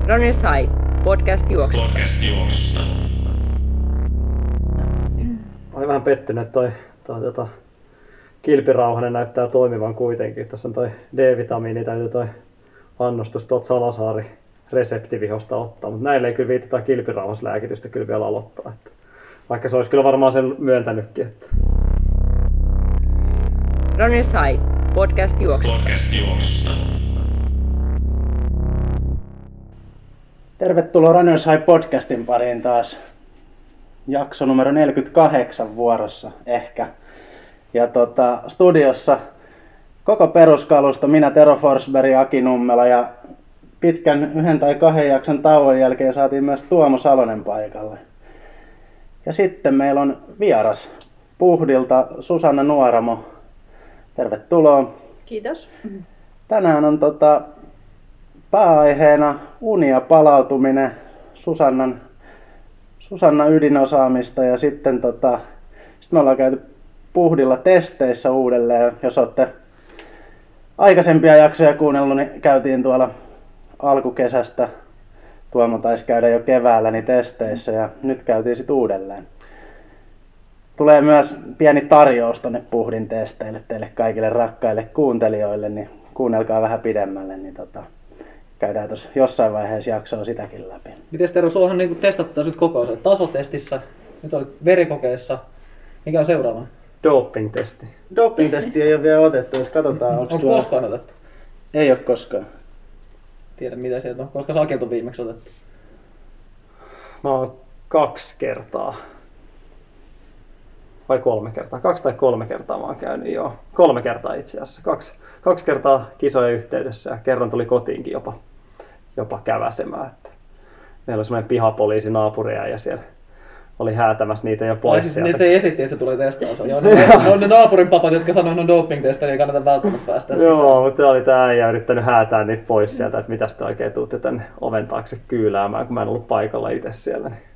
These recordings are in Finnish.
Runners High, podcast juoksusta. Olen vähän pettynyt, että toi kilpirauhanen näyttää toimivan kuitenkin. Tässä on toi D-vitamiini, täytyy toi annostus tuolta Salasaari reseptivihosta ottaa, mutta näille ei kyllä viitata kilpirauhaslääkitystä kyllä vielä aloittaa. Että vaikka se olisi kyllä varmaan sen myöntänytkin. Että... Runners High, podcast juoksusta. Tervetuloa Runners High podcastin pariin taas. Jakso numero 48 vuorossa ehkä. Ja studiossa koko peruskalusto, minä Tero Forsberg, Aki Nummela ja pitkän 1 tai 2 jakson tauon jälkeen saatiin myös Tuomo Salonen paikalle. Ja sitten meillä on vieras Puhdilta Susanna Nuoramo. Tervetuloa. Kiitos. Tänään on pääaiheena uni ja palautuminen, Susannan ydinosaamista ja sitten me ollaan käyty Puhdilla testeissä uudelleen. Jos olette aikaisempia jaksoja kuunnellut, niin käytiin tuolla alkukesästä. Tuomo taisi käydä jo keväällä niin testeissä ja nyt käytiin sitten uudelleen. Tulee myös pieni tarjous tonne Puhdin testeille teille kaikille rakkaille kuuntelijoille, niin kuunnelkaa vähän pidemmälle, niin käydään tuossa jossain vaiheessa jaksoa sitäkin läpi. Miten Tero, sulla on niin testattu nyt koko ajan tasotestissä, nyt olet verikokeessa. Mikä on seuraava? Doping-testi. Doping-testi ei ole vielä otettu, että katsotaan onko koskaan otettu? Ei ole koskaan. Tiedän mitä sieltä on. Koska Sakilta on viimeksi otettu? No 2 kertaa. Vai 3 kertaa? 2 tai 3 kertaa mä oon käynyt, joo. 3 kertaa itse asiassa. 2 kertaa kisojen yhteydessä ja kerran tuli kotiinkin jopa käväsemään. Että meillä oli semmoinen pihapoliisi naapuria ja siellä oli häätämässä niitä jo pois sieltä. Nyt se esitti, että se tulee testaus. Joo, ne on ne naapurin papat, jotka sanoo, että on doping-testejä, niin ei kannata välttämättä päästä sisään. Joo, mutta oli tää äijä yrittänyt häätää niitä pois sieltä, että mitä te oikein tuutte tänne oven taakse kyyläämään, kun mä en ollut paikalla itse siellä. Niin.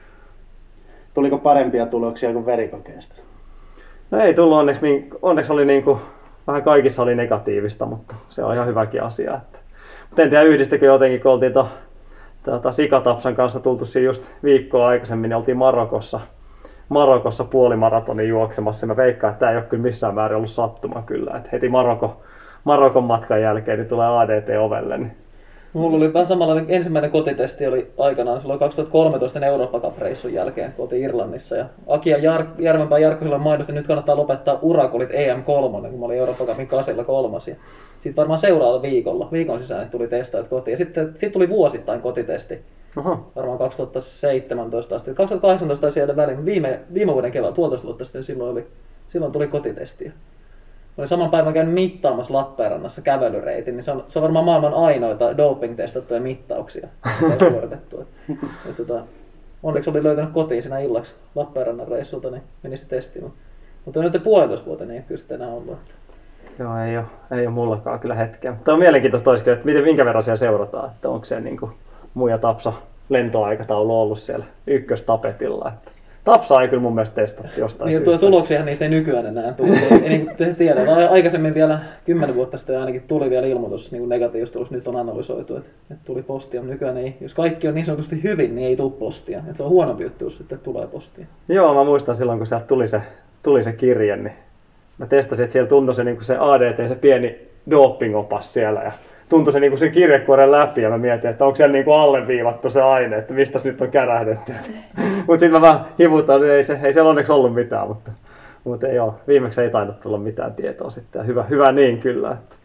Tuliko parempia tuloksia kuin verikokeesta? No ei tullut onneksi oli niinku, vähän kaikissa oli negatiivista, mutta se on ihan hyväkin asia. Mutta en tiedä yhdistikö jotenkin, kun oltiin Sikatapsan kanssa tultu siinä just viikkoa aikaisemmin, niin oltiin Marokossa puolimaratonin juoksemassa. Mä veikkaan, että tää ei ole kyllä missään määrin ollut sattuma kyllä. Et heti Marokon matkan jälkeen niin tulee ADT ovelle. Niin. Mulla oli vähän samanlainen ensimmäinen kotitesti oli aikanaan silloin 2013 Eurooppa Cup-reissun jälkeen, kun oltiin Irlannissa. Ja Aki ja Järvenpää Jarkko silloin mainosti, että nyt kannattaa lopettaa urakolit EM3, kun mä olin Eurooppa Cupin kasilla 3. Sitten varmaan seuraavalla viikon sisään tuli testaajat kotiin. Ja sitten tuli vuosittain kotitesti. Aha. Varmaan 2017 asti. 2018 siellä välin, viime vuoden keväällä, 1,5 vuotta sitten silloin tuli kotitesti. Mä olin saman päivän käynyt mittaamassa Lappeenrannassa kävelyreitin, niin se on varmaan maailman ainoita doping-testattuja mittauksia, mitä on suoritettu. Onneksi olin löytänyt kotiin siinä illaksi Lappeenrannan reissulta, niin meni se testiin. Mutta nyt 1,5 vuotta, niin ei kyllä sitten enää ollut. Joo, ei ole mullakaan kyllä hetkeä. Mutta on mielenkiintoista olisikin, että minkä verran siellä seurataan, että onko se niin kuin muu ja Tapsa lentoaikataulu ollut siellä ykköstapetilla. Että Tapsa ei kyllä mun mielestä testattu jostain niin, syystä. Tuloksiahan niistä ei nykyään enää tule. Ei niin kuin tiedä. Aikaisemmin vielä 10 vuotta sitten ainakin tuli vielä ilmoitus niin negatiivista tulosta. Nyt on analysoitu, että tuli postia. Nykyään ei, jos kaikki on niin sanotusti hyvin, niin ei tule postia. Että se on huonompi juttu, että tulee postia. Joo, mä muistan silloin, kun sieltä tuli se kirje, niin mä testasin, että siellä tuntui se, niin kuin se ADT, se pieni dopingopas siellä. Ja tuntui se niin sen kirjekuoren läpi ja mä mietin, että onko siellä niin kuin alleviivattu se aine, että mistä nyt on kärähdetty. Mutta sitten mä vähän hivutan, että ei siellä onneksi ollut mitään, mutta ei ole. Viimeksi ei tainnut tulla mitään tietoa sitten ja hyvä niin kyllä. Että.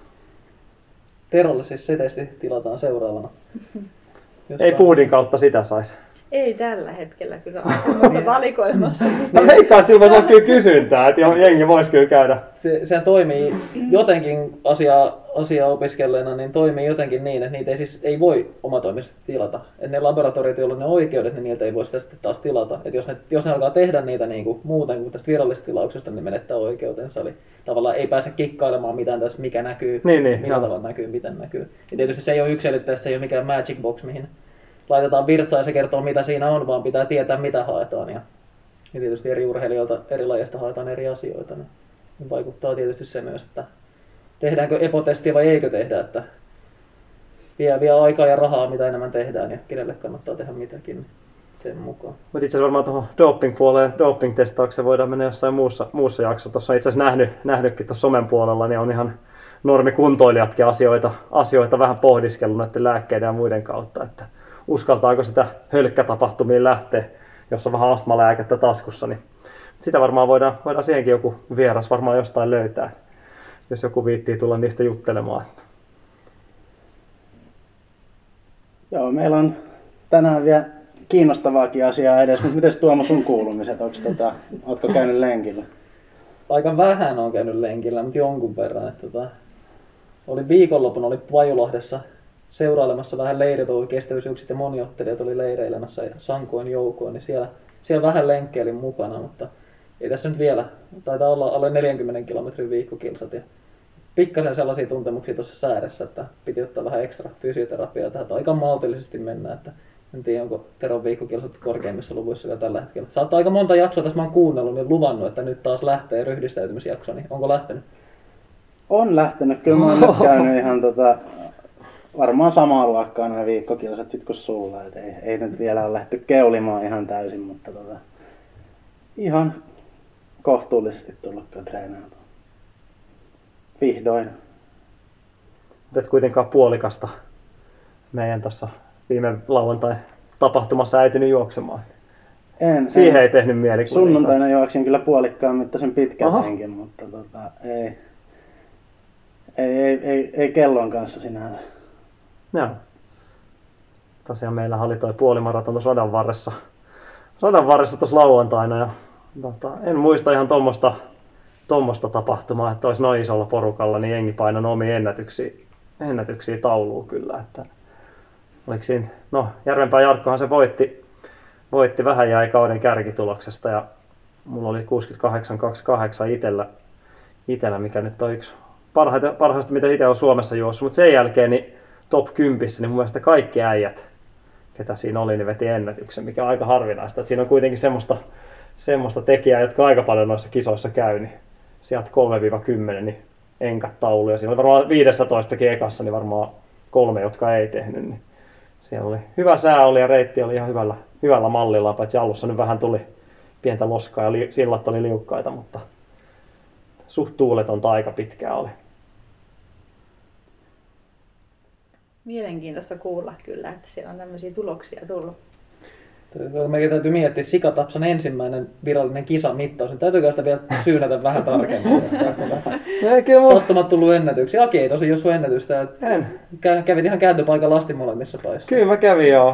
Terolle siis se testi tilataan seuraavana. Ei Puhdin kautta sitä saisi. Ei tällä hetkellä kyllä ole valikoimassa. No veikkaan, silloin on kyllä kysyntää, että jengi voisi kyllä käydä. Sehän toimii jotenkin asiaa opiskelleena, niin toimii jotenkin niin, että niitä ei voi omatoimisesti tilata. Että ne laboratoriot, joilla on ne oikeudet, niin niiltä ei voi sitä sitten taas tilata. Että jos ne alkaa tehdä niitä niin kuin muuten kuin tästä virallisesta tilauksesta, niin menettää oikeutensa. Eli tavallaan ei pääse kikkailemaan mitään tässä, mikä näkyy, millä tavalla näkyy, miten näkyy. Ja tietysti se ei ole yksilöllistä, se ei ole mikään magic box, mihin laitetaan virtsaa ja se kertoo mitä siinä on, vaan pitää tietää mitä haetaan. Ja tietysti eri urheilijoilta eri lajeista haetaan eri asioita. Niin vaikuttaa tietysti se myös, että tehdäänkö epotestiä vai eikö tehdä. Että vie aikaa ja rahaa, mitä enemmän tehdään ja kenelle kannattaa tehdä mitäkin, niin sen mukaan. Mutta itse asiassa varmaan tuohon doping-puoleen, doping-testaukseen voidaan mennä jossain muussa jaksossa. Tuossa on itse asiassa nähnytkin tuossa somen puolella, niin on ihan normikuntoilijatkin asioita vähän pohdiskellut näiden lääkkeiden ja muiden kautta, että uskaltaako sitä hölkkätapahtumiin lähteä, jos on vähän astmalääkettä taskussa, niin sitä varmaan voidaan siihenkin joku vieras varmaan jostain löytää, jos joku viittii tulla niistä juttelemaan. Joo, meillä on tänään vielä kiinnostavaakin asiaa edes, mutta miten Tuomo sun kuulumiset? Ootko käynyt lenkillä? Aika vähän on käynyt lenkillä, mutta jonkun verran. Oli viikonlopun oli Vajulahdessa seurailemassa vähän leiritouhuja, kestävyysyksit ja moniottelijat oli leireilemässä ja sankoin joukoin, niin siellä vähän lenkkeilin mukana, mutta ei tässä nyt vielä, taitaa olla alle 40 kilometrin viikkokilsat ja pikkasen sellaisia tuntemuksia tuossa säädessä, että piti ottaa vähän ekstra fysioterapiaa tähän, aika maltillisesti mennä, että en tiedä onko Teron viikkokilsat korkeimmissa luvuissa vielä tällä hetkellä. Saattaa aika monta jaksoa tässä mä oon kuunnellut ja luvannut, että nyt taas lähtee ryhdistäytymisjakso, niin onko lähtenyt? On lähtenyt, kyllä mä oon nyt käynyt ihan varmaan samaa luokkaa nämä viikkokilsat sit kuin sulla, et ei nyt vielä ole lähty keulimaan ihan täysin, mutta ihan kohtuullisesti tullut treenaamaan. Vihdoin. Et kuitenkaan puolikasta meidän tuossa viime lauantai tapahtumassa äitynyt juoksemaan. Siihen ei tehnyt mieli. Sunnuntaina juoksin kyllä puolikkaan mittaisen pitkän lenkin, mutta ei kellon kanssa sinänsä. Joo. Tosiaan meillä oli toi puolimaraton tuossa radan varressa tuossa lauantaina ja en muista ihan tommosta tapahtumaa, että olisi noin isolla porukalla, niin jengi painoi omia ennätyksiä tauluun kyllä. Että oliko siinä, Järvenpään Jarkkohan se voitti vähän jäi kauden kärkituloksesta ja mulla oli 68.28 itellä, mikä nyt on yksi parhaista, mitä itse on Suomessa juossut, mutta sen jälkeen niin top 10, niin mun mielestä kaikki äijät, ketä siinä oli, niin veti ennätyksen, mikä on aika harvinaista. Että siinä on kuitenkin semmoista tekijää, jotka aika paljon noissa kisoissa käy, niin sieltä 3-10 niin enkat tauluja. Siinä oli varmaan 15 ekassa, niin varmaan 3, jotka ei tehnyt. Niin siellä oli hyvä sää oli ja reitti oli ihan hyvällä mallilla, paitsi alussa nyt vähän tuli pientä loskaa ja sillat oli liukkaita, mutta suht tuuletonta aika pitkään oli. Mielenkiintoista kuulla kyllä, että siellä on tämmöisiä tuloksia tullut. Meidän täytyy miettiä Sikatapsan ensimmäinen virallinen kisamittaus, niin täytyykö sitä vielä syynätä vähän tarkemmin? Sattumat tullut ennätyksiä. Aki ei tosi jos ennätystä. Kävit ihan kääntöpaikalla asti molemmissa paissa. Kyllä mä kävin joo.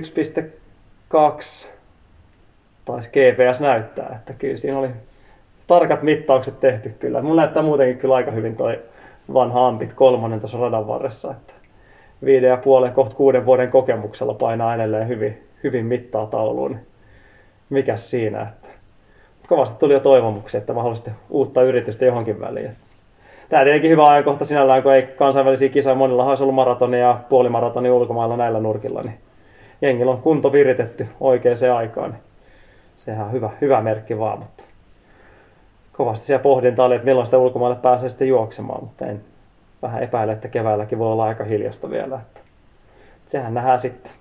21.2 taisi GPS näyttää. Että kyllä siinä oli tarkat mittaukset tehty kyllä. Mun näyttää muutenkin kyllä aika hyvin toi vanha Ambit 3 tuossa radan varressa. 5,5 kohta 6 vuoden kokemuksella painaa edelleen hyvin mittaa tauluun. Mikäs siinä, että kovasti tuli jo toivomuksia, että mahdollisesti uutta yritystä johonkin väliin. Tämä tietenkin hyvä ajankohta sinällään, kun ei kansainvälisiä kisoja, monilla olisi ollut maratonia ja puolimaratonia ulkomailla näillä nurkilla, niin jengillä on kunto viritetty oikeaan aikaan. Niin sehän on hyvä merkki vaan, mutta kovasti siellä pohdinta oli, että milloin sitä ulkomaille pääsee sitten juoksemaan, mutta en vähän epäile, että keväälläkin voi olla aika hiljasta vielä. Että sehän nähdään sitten.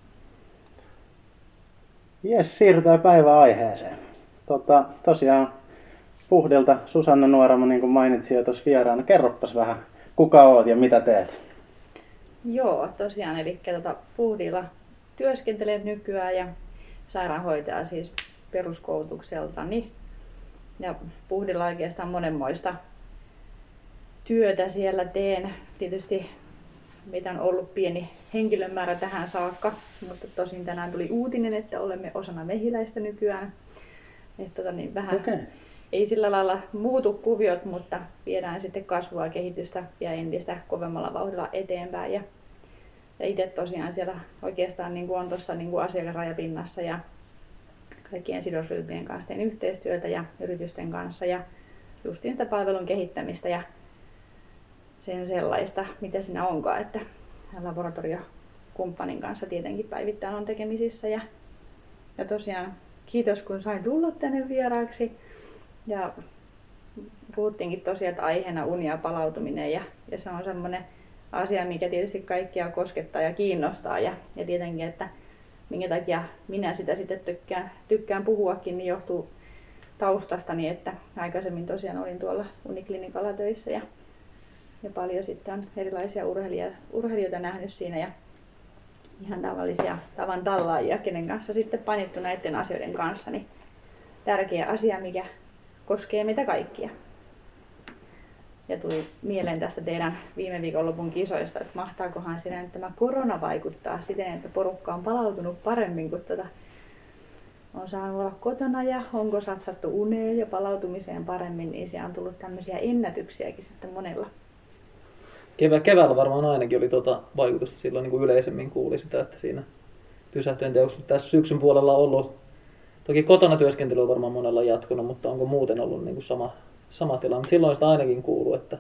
Jes, siirrytään päivän aiheeseen. Tosiaan Puhdilta Susanna Nuoramo, niin kuin mainitsin jo tuossa vieraana. Kerroppas vähän, kuka oot ja mitä teet? Joo, tosiaan, eli Puhdilla työskentelen nykyään ja sairaanhoitaja siis peruskoulutukseltani. Ja Puhdilla oikeastaan monenmoista työtä siellä teen. Tietysti meitä on ollut pieni henkilömäärä tähän saakka, mutta tosin tänään tuli uutinen, että olemme osana Mehiläistä nykyään. Että vähän ei sillä lailla muutu kuviot, mutta viedään sitten kasvua ja kehitystä ja entistä kovemmalla vauhdilla eteenpäin. Ja itse tosiaan siellä oikeastaan niin kuin on tuossa niin kuin asiakasrajapinnassa ja kaikkien sidosryhmien kanssa teen yhteistyötä ja yritysten kanssa ja justiin sitä palvelun kehittämistä ja sen sellaista, mitä siinä onkaan, että laboratoriokumppanin kanssa tietenkin päivittäin on tekemisissä ja tosiaan kiitos kun sain tulla tänne vieraaksi ja puhuttiinkin tosiaan, että aiheena uni ja palautuminen ja se on semmoinen asia, mikä tietysti kaikkia koskettaa ja kiinnostaa. Ja tietenkin, että minkä takia minä sitä sitten tykkään puhuakin, niin johtuu taustastani, että aikaisemmin tosiaan olin tuolla uniklinikalla töissä ja paljon sitten on erilaisia urheilijoita nähnyt siinä ja ihan tavallisia tavan tallaajia, kenen kanssa sitten painittu näiden asioiden kanssa, niin tärkeä asia, mikä koskee meitä kaikkia. Ja tuli mieleen tästä teidän viime viikonlopun kisoista, että mahtaakohan siinä nyt tämä korona vaikuttaa siten, että porukka on palautunut paremmin, kun on saanut olla kotona ja onko satsattu uneen ja palautumiseen paremmin, niin siellä on tullut tämmöisiä ennätyksiäkin sitten monella. Keväällä varmaan ainakin oli vaikutusta, silloin niin kuin yleisemmin kuuli sitä, että siinä pysähtyinteoksi tässä syksyn puolella ollut. Toki kotona työskentely on varmaan monella jatkunut, mutta onko muuten ollut niin kuin sama tilanne. Mutta silloin sitä ainakin kuuluu, että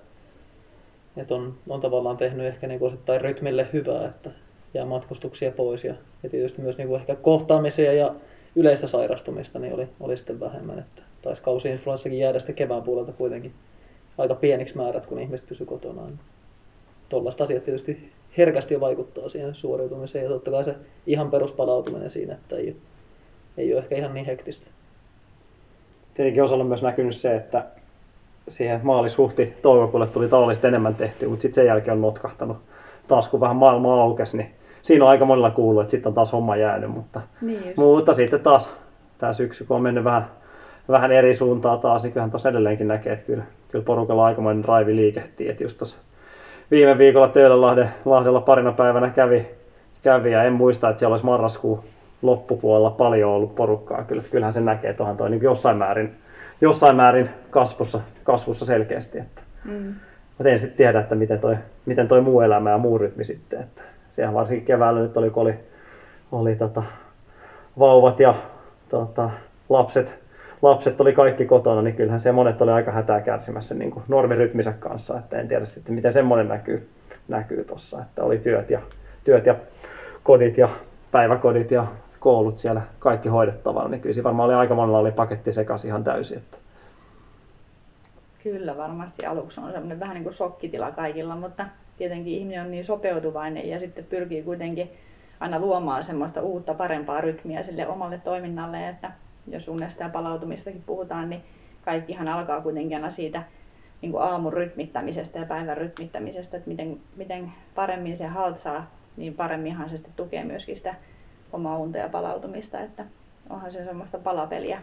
on tavallaan tehnyt ehkä niin kuin osittain rytmille hyvää, että jää matkustuksia pois ja tietysti myös niin kuin ehkä kohtaamisia ja yleistä sairastumista niin oli sitten vähemmän. Että taisi kausi-influenssakin jäädä sitten kevään puolelta kuitenkin aika pieniksi määrät, kun ihmiset pysyvät kotona. Tuollaiset asiat tietysti herkästi vaikuttaa siihen suoriutumiseen ja totta kai se ihan peruspalautuminen siinä, että ei ole ehkä ihan niin hektistä. Tietenkin osalla on myös näkynyt se, että siihen maalis-huhti-toukokuulle tuli tavallisesti enemmän tehtyä, mutta sitten sen jälkeen on notkahtanut taas, kun vähän maailma aukesi, niin siinä on aika monilla kuullut, että sitten on taas homma jäänyt, mutta sitten taas tämä syksy, kun on mennyt vähän eri suuntaan taas, niin kyllähän tuossa edelleenkin näkee, että kyllä porukalla aikamoinen drive liikehtii, että just tuossa viime viikolla Töölönlahdella parina päivänä kävi ja en muista, että siellä olisi marraskuun loppupuolella paljon ollut porukkaa. Kyllähän se näkee, että onhan toi niin jossain määrin kasvussa selkeästi. Mutta en sitten tiedä, että miten toi muu elämä ja muu rytmi sitten. Että siellä varsinkin keväällä nyt oli, kun oli vauvat ja lapset oli kaikki kotona, niin kyllähän se monet oli aika hätää kärsimässä niin kuin normirytminsä kanssa. Että en tiedä sitten, miten semmoinen näkyy tuossa, että oli työt ja kodit ja päiväkodit ja koulut siellä kaikki hoidettavalla, niin kyllä siinä varmaan aika monella oli paketti sekaisin ihan täysin. Että. Kyllä, varmasti aluksi on semmoinen vähän niin kuin shokkitila kaikilla, mutta tietenkin ihminen on niin sopeutuvainen ja sitten pyrkii kuitenkin aina luomaan semmoista uutta, parempaa rytmiä sille omalle toiminnalle, että jos unesta ja palautumistakin puhutaan, niin kaikkihan alkaa kuitenkin aina siitä niin kuin aamun rytmittämisestä ja päivän rytmittämisestä, että miten paremmin se haltsaa, niin paremminhan se sitten tukee myöskin sitä omaa unta ja palautumista, että onhan se semmoista palapeliä.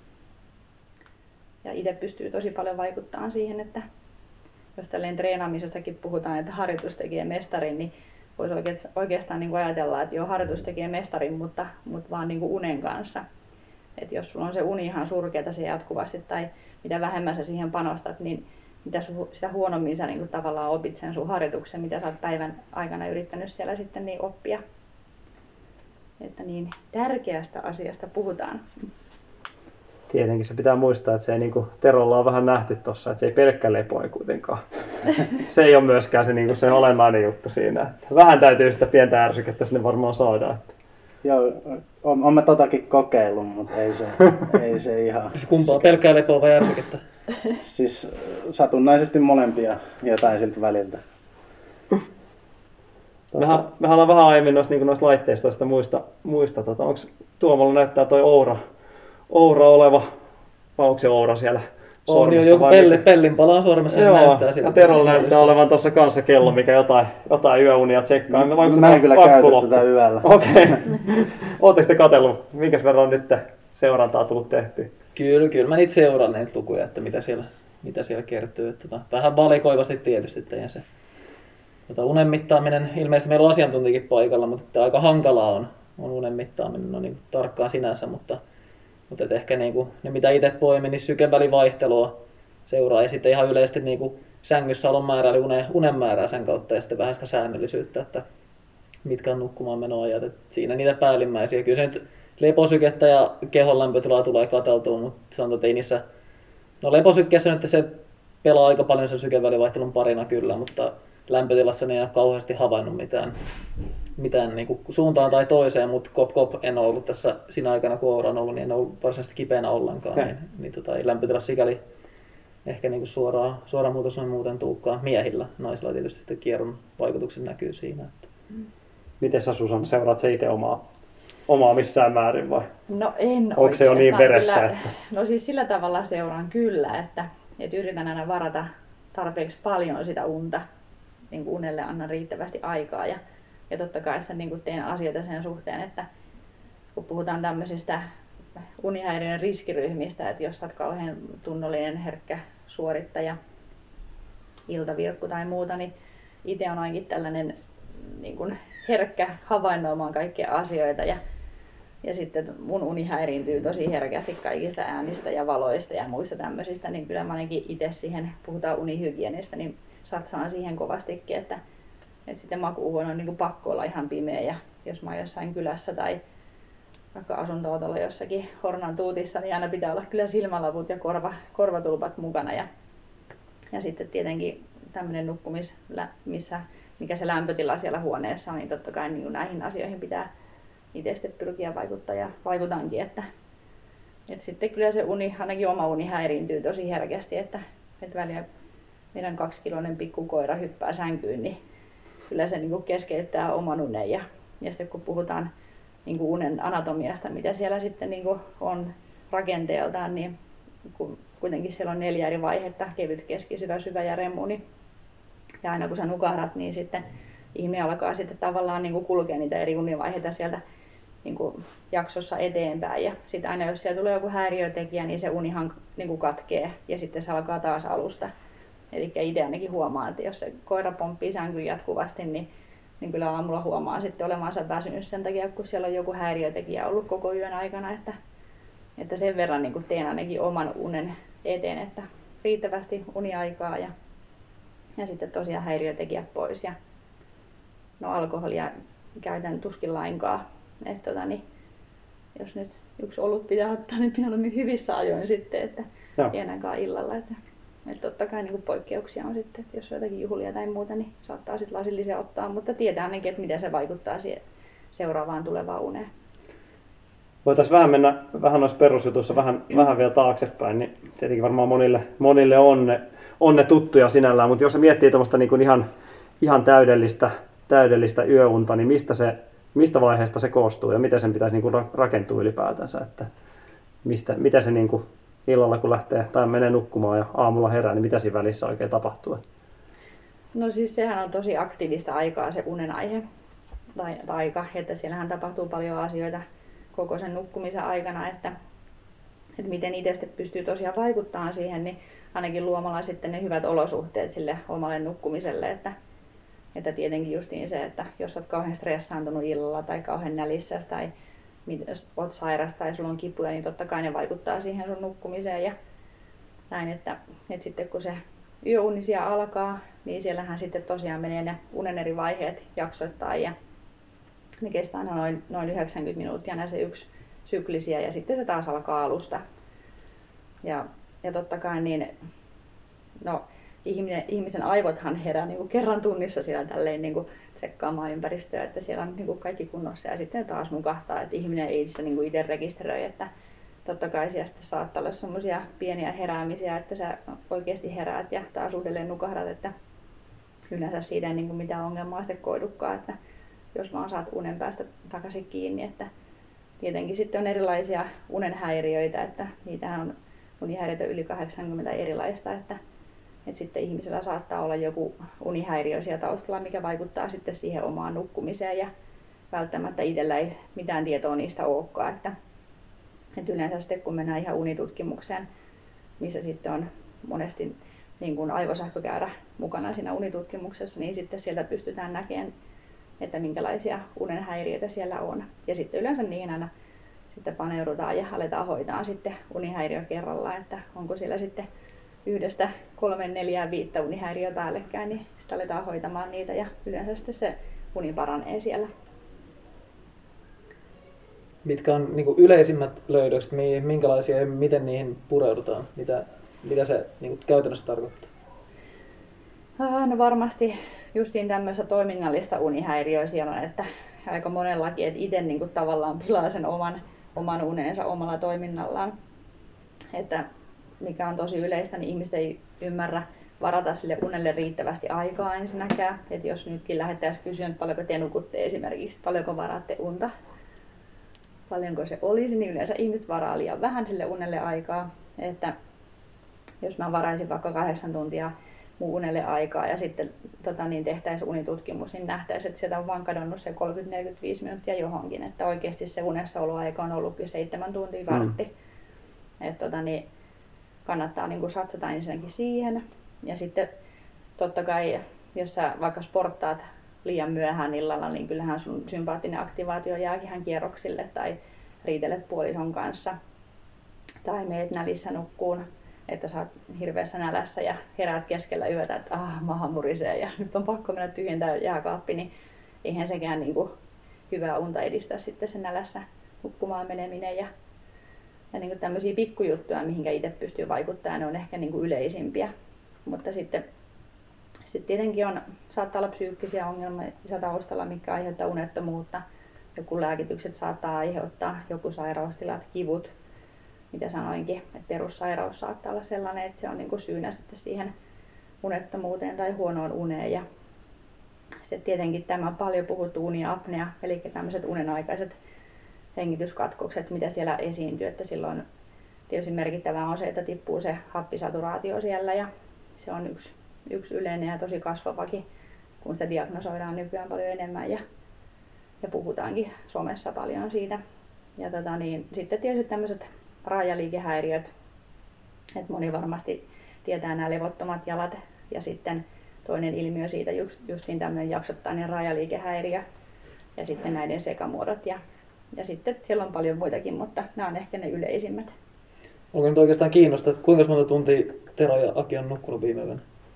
Ja itse pystyy tosi paljon vaikuttamaan siihen, että jos tälleen treenaamisestakin puhutaan, että harjoitus tekee mestarin, niin voisi oikeastaan niin kuin ajatella, että joo, harjoitus tekee mestarin, mutta vaan niin kuin unen kanssa. Että jos sulla on se uni ihan surkeata se jatkuvasti tai mitä vähemmän sä siihen panostat, niin sitä huonommin sä niin kuin tavallaan opit sen sun harjoituksen, mitä sä oot päivän aikana yrittänyt siellä sitten niin oppia. Että niin tärkeästä asiasta puhutaan. Tietenkin se pitää muistaa, että se ei niin kuin Terolla on vähän nähty tuossa, että se ei pelkkä lepo ei kuitenkaan. Se ei ole myöskään se olennainen juttu siinä. Että vähän täytyy sitä pientä ärsykettä sinne varmaan saada. Että. Joo, on mä totakin kokeillut, mutta ei se ihan. Siis kumpaa, pelkkää lepoa vai ärsykettä? Siis satunnaisesti molempia jotain siltä väliltä. Mehän ollaan vähän aiemmin noista laitteistoista muista. Onko Tuomolla näyttää toi Oura oleva, vai onko se Oura siellä sormessa? Joku pellinpala on sormessa ja näyttää siltä. Ja Terolla näyttää olevan tuossa kanssa kello, mikä jotain yöunia tsekkaa. Mä en kyllä käytä tätä yöllä. Okei. Oletteko te katsellut, minkäs verran nyt seurantaa tullut tehtyä? Kyllä. Mä niitä seuraan näitä lukuja, että mitä siellä kertyy. Että vähän valikoivasti tietysti teidän se. Unen mittaaminen, ilmeisesti meillä on asiantuntijakin paikalla, mutta aika hankalaa on unen mittaaminen niin tarkkaan sinänsä, mutta ehkä niin kuin, ne mitä itse poimin, niin sykevälivaihtelua seuraa ja sitten ihan yleisesti niin kuin sängyssä olon määrä eli unen määrää sen kautta ja sitten vähän sitä säännöllisyyttä, että mitkä on nukkumaan menoajat. Siinä niitä päällimmäisiä. Kyllä se nyt leposykettä ja kehon lämpötilaa tulee katseltua, mutta sanotaan, että ei niissä. No leposykkeessä nyt se pelaa aika paljon sen sykevälivaihtelun parina kyllä, mutta lämpötilassa ei ole kauheasti havainnut mitään niin kuin suuntaan tai toiseen, mutta kop en ole ollut tässä siinä aikana, kun Oura on ollut, niin en ole ollut varsinaisesti kipeänä ollenkaan. Okay. Niin lämpötilassa ehkä niin kuin suora muutos on muuten tuukkaan miehillä. Naisilla tietysti kierron vaikutukset näkyy siinä. Että. Miten sä, Susanna, seuraat sä itse omaa missään määrin vai? No en onko se jo niin veressä? Kyllä, no siis sillä tavalla seuraan kyllä, että yritän aina varata tarpeeksi paljon sitä unta, niin kuin unelle annan riittävästi aikaa ja totta kai sitä niin kuin teen asioita sen suhteen, että kun puhutaan tämmöisistä unihäiriön riskiryhmistä, että jos olet kauhean tunnollinen, herkkä suorittaja, iltavirkku tai muuta, niin itse on ainakin tällainen niin kuin herkkä havainnoimaan kaikkia asioita ja sitten mun uni häiriintyy tosi herkästi kaikista äänistä ja valoista ja muista tämmöisistä, niin kyllä mä ainakin itse siihen, puhutaan unihygienistä, niin satsaan siihen kovastikin, että sitten makuuhuone on niin kuin pakko olla ihan pimeä ja jos mä oon jossain kylässä tai vaikka asunto-autolla jossakin Hornan tuutissa, niin aina pitää olla kyllä silmälaput ja korvatulpat mukana ja sitten tietenkin tämmöinen mikä se lämpötila siellä huoneessa on, niin totta kai niin näihin asioihin pitää itse sitten pyrkiä vaikuttaa ja vaikutankin, että sitten kyllä se uni, ainakin oma uni häiriintyy tosi herkästi, että välillä meidän 2-kiloinen pikkukoira hyppää sänkyyn, niin kyllä se niin keskeyttää oman unen ja sitten kun puhutaan niin unen anatomiasta, mitä siellä sitten niin on rakenteeltaan, niin kuitenkin siellä on 4 eri vaihetta, kevyt, keskisyvä, syvä ja REM-uni. Ja aina kun sä nukahdat, niin sitten ihminen alkaa sitten tavallaan niin kulkea niitä eri univaiheita sieltä niin jaksossa eteenpäin. Ja sitten aina jos siellä tulee joku häiriötekijä, niin se unihan niin katkee ja sitten se alkaa taas alusta. Eli itse ainakin huomaa, että jos se koira pomppii sänkyyn jatkuvasti, niin kyllä aamulla huomaa sitten olevansa väsynyt sen takia, kun siellä on joku häiriötekijä ollut koko yön aikana. Että sen verran niin teen ainakin oman unen eteen, että riittävästi uniaikaa ja sitten tosiaan häiriötekijät pois. Ja no alkoholia käytän tuskin lainkaan. Niin, jos nyt yksi olut pitää ottaa, niin mieluummin hyvissä ajoin sitten, että ei ainakaan illalla. Että totta kai niin poikkeuksia on sitten, että jos on jotakin juhlia tai muuta, niin saattaa sitten lasillisia ottaa, mutta tietää ainakin, että miten se vaikuttaa siihen seuraavaan tulevaan uneen. Voitaisiin mennä noissa perusjutuissa vähän vielä taaksepäin, niin tietenkin varmaan monille on ne tuttuja sinällään, mutta jos se miettii tuommoista niin kuin ihan täydellistä yöunta, niin mistä vaiheesta se koostuu ja miten sen pitäisi niin kuin rakentua ylipäätänsä, että miten se niin kuin illalla kun lähtee tai menee nukkumaan ja aamulla herää, niin mitä siinä välissä oikein tapahtuu? No siis sehän on tosi aktiivista aikaa se unen aihe, tai aika, että siellähän tapahtuu paljon asioita koko sen nukkumisen aikana, että miten itse sitten pystyy tosiaan vaikuttamaan siihen, niin ainakin luomalla sitten ne hyvät olosuhteet sille omalle nukkumiselle, että tietenkin justiin se, että jos olet kauhean stressaantunut illalla tai kauhean nälissä tai jos olet sairas tai sulla on kipuja, niin totta kai ne vaikuttaa siihen sun nukkumiseen ja näin, että sitten kun se yöunisia alkaa, niin siellähän sitten tosiaan menee ne unen eri vaiheet jaksoittain ja ne kestää aina noin 90 minuuttia näissä yksi syklisiä ja sitten se taas alkaa alusta. Ja totta kai niin, no, ihmisen aivothan herää niin kuin kerran tunnissa siellä tälleen niin kuin tsekkaamaan ympäristöä, että siellä on niin kuin kaikki kunnossa ja sitten taas nukahtaa, että ihminen ei itse niin kuin itse rekisteröi, että totta kai siellä sitten saattaa olla semmoisia pieniä heräämisiä, että sä oikeasti heräät ja taas uudelleen nukahdat, että yleensä siitä ei niin kuin mitään ongelmaa sitten koidukaan, että jos vaan saat unen päästä takaisin kiinni, että tietenkin sitten on erilaisia unenhäiriöitä, että niitähän on unihäiriöitä yli 80 erilaista, että sitten ihmisellä saattaa olla joku unihäiriö siellä taustalla, mikä vaikuttaa sitten siihen omaan nukkumiseen ja välttämättä itsellä ei mitään tietoa niistä olekaan, että yleensä sitten kun mennään ihan unitutkimukseen, missä sitten on monesti niin kuin aivosähkökäyrä mukana siinä unitutkimuksessa, niin sitten sieltä pystytään näkemään, että minkälaisia unenhäiriöitä siellä on. Ja sitten yleensä niihin aina sitten paneudutaan ja aletaan hoitaa sitten unihäiriö kerrallaan, että onko siellä sitten 1, 3, 4, 5 unihäiriöä päällekkäin, niin sitten aletaan hoitamaan niitä ja yleensä sitten se uni paranee siellä. Mitkä on niin kuin yleisimmät löydökset, minkälaisia ja miten niihin pureudutaan? Mitä se niin kuin käytännössä tarkoittaa? No varmasti justiin tämmöistä toiminnallista unihäiriöä siellä on, että aika monellakin, että itse niin kuin tavallaan pilaa sen oman unensa omalla toiminnallaan. Että mikä on tosi yleistä, niin ihmiset ei ymmärrä varata sille unelle riittävästi aikaa ensinnäkään. Että jos nytkin lähdettäisiin kysyä, että paljonko te nukutte esimerkiksi, paljonko varaatte unta, paljonko se olisi, niin yleensä ihmiset varaa liian vähän sille unelle aikaa. Että jos mä varaisin vaikka 8 tuntia mun unelle aikaa ja sitten niin tehtäisiin unitutkimus, niin nähtäisiin, että sieltä on vaan kadonnut se 30-45 minuuttia johonkin. Että oikeasti se unessaoloaika on ollut 7 tuntia vartti. Että niin kannattaa niin kuin satsata ensinnäkin siihen. Ja sitten totta kai, jos sä vaikka sporttaat liian myöhään illalla, niin kyllähän sun sympaattinen aktivaatio jääkin ihan kierroksille tai riitelet puolison kanssa. Tai meet nälissä nukkuun, että sä oot hirveässä nälässä ja heräät keskellä yötä, että maha murisee ja nyt on pakko mennä tyhjentää jääkaappi, niin eihän sekään niin kuin hyvää unta edistä sitten sen nälässä nukkumaan meneminen. Ja niin kuin tämmöisiä pikkujuttuja, mihinkä itse pystyy vaikuttamaan, ne on ehkä niin kuin yleisimpiä. Mutta sitten tietenkin saattaa olla psyykkisiä ongelmia taustalla, mikä aiheuttaa unettomuutta. Joku lääkitykset saattaa aiheuttaa, joku sairaustilat, kivut, mitä sanoinkin, että perussairaus saattaa olla sellainen, että se on niin kuin syynä sitten siihen unettomuuteen tai huonoon uneen. Ja sitten tietenkin tämä paljon puhuttu uniapnea, eli tämmöiset unenaikaiset hengityskatkokset, mitä siellä esiintyy, että silloin tietysti merkittävää on se, että tippuu se happisaturaatio siellä ja se on yksi yleinen ja tosi kasvavakin, kun se diagnosoidaan nykyään paljon enemmän ja puhutaankin somessa paljon siitä. Ja sitten tietysti tämmöiset raajaliikehäiriöt, että moni varmasti tietää nämä levottomat jalat ja sitten toinen ilmiö siitä justiin tämmöinen jaksottainen raajaliikehäiriö ja sitten näiden sekamuodot ja sitten siellä on paljon muitakin, mutta nämä on ehkä ne yleisimmät. Onko nyt oikeastaan kiinnostaa, että kuinka monta tuntia Tero ja Aki on nukkunut viime yönä?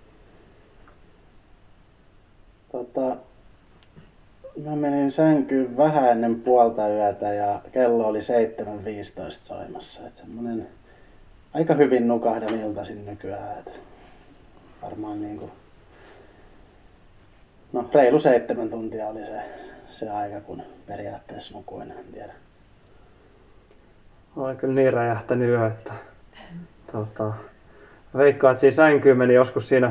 Mä menin sänkyyn vähän ennen puolta yötä ja kello oli 7.15 soimassa. Että semmonen aika hyvin nukahdan iltaisin nykyään. Että varmaan niinku, reilu 7 tuntia oli se aika, kun periaatteessa nukuin, en tiedä. Olen kyllä niin räjähtänyt yö, että veikkaan, että siinä sänkyyn meni joskus siinä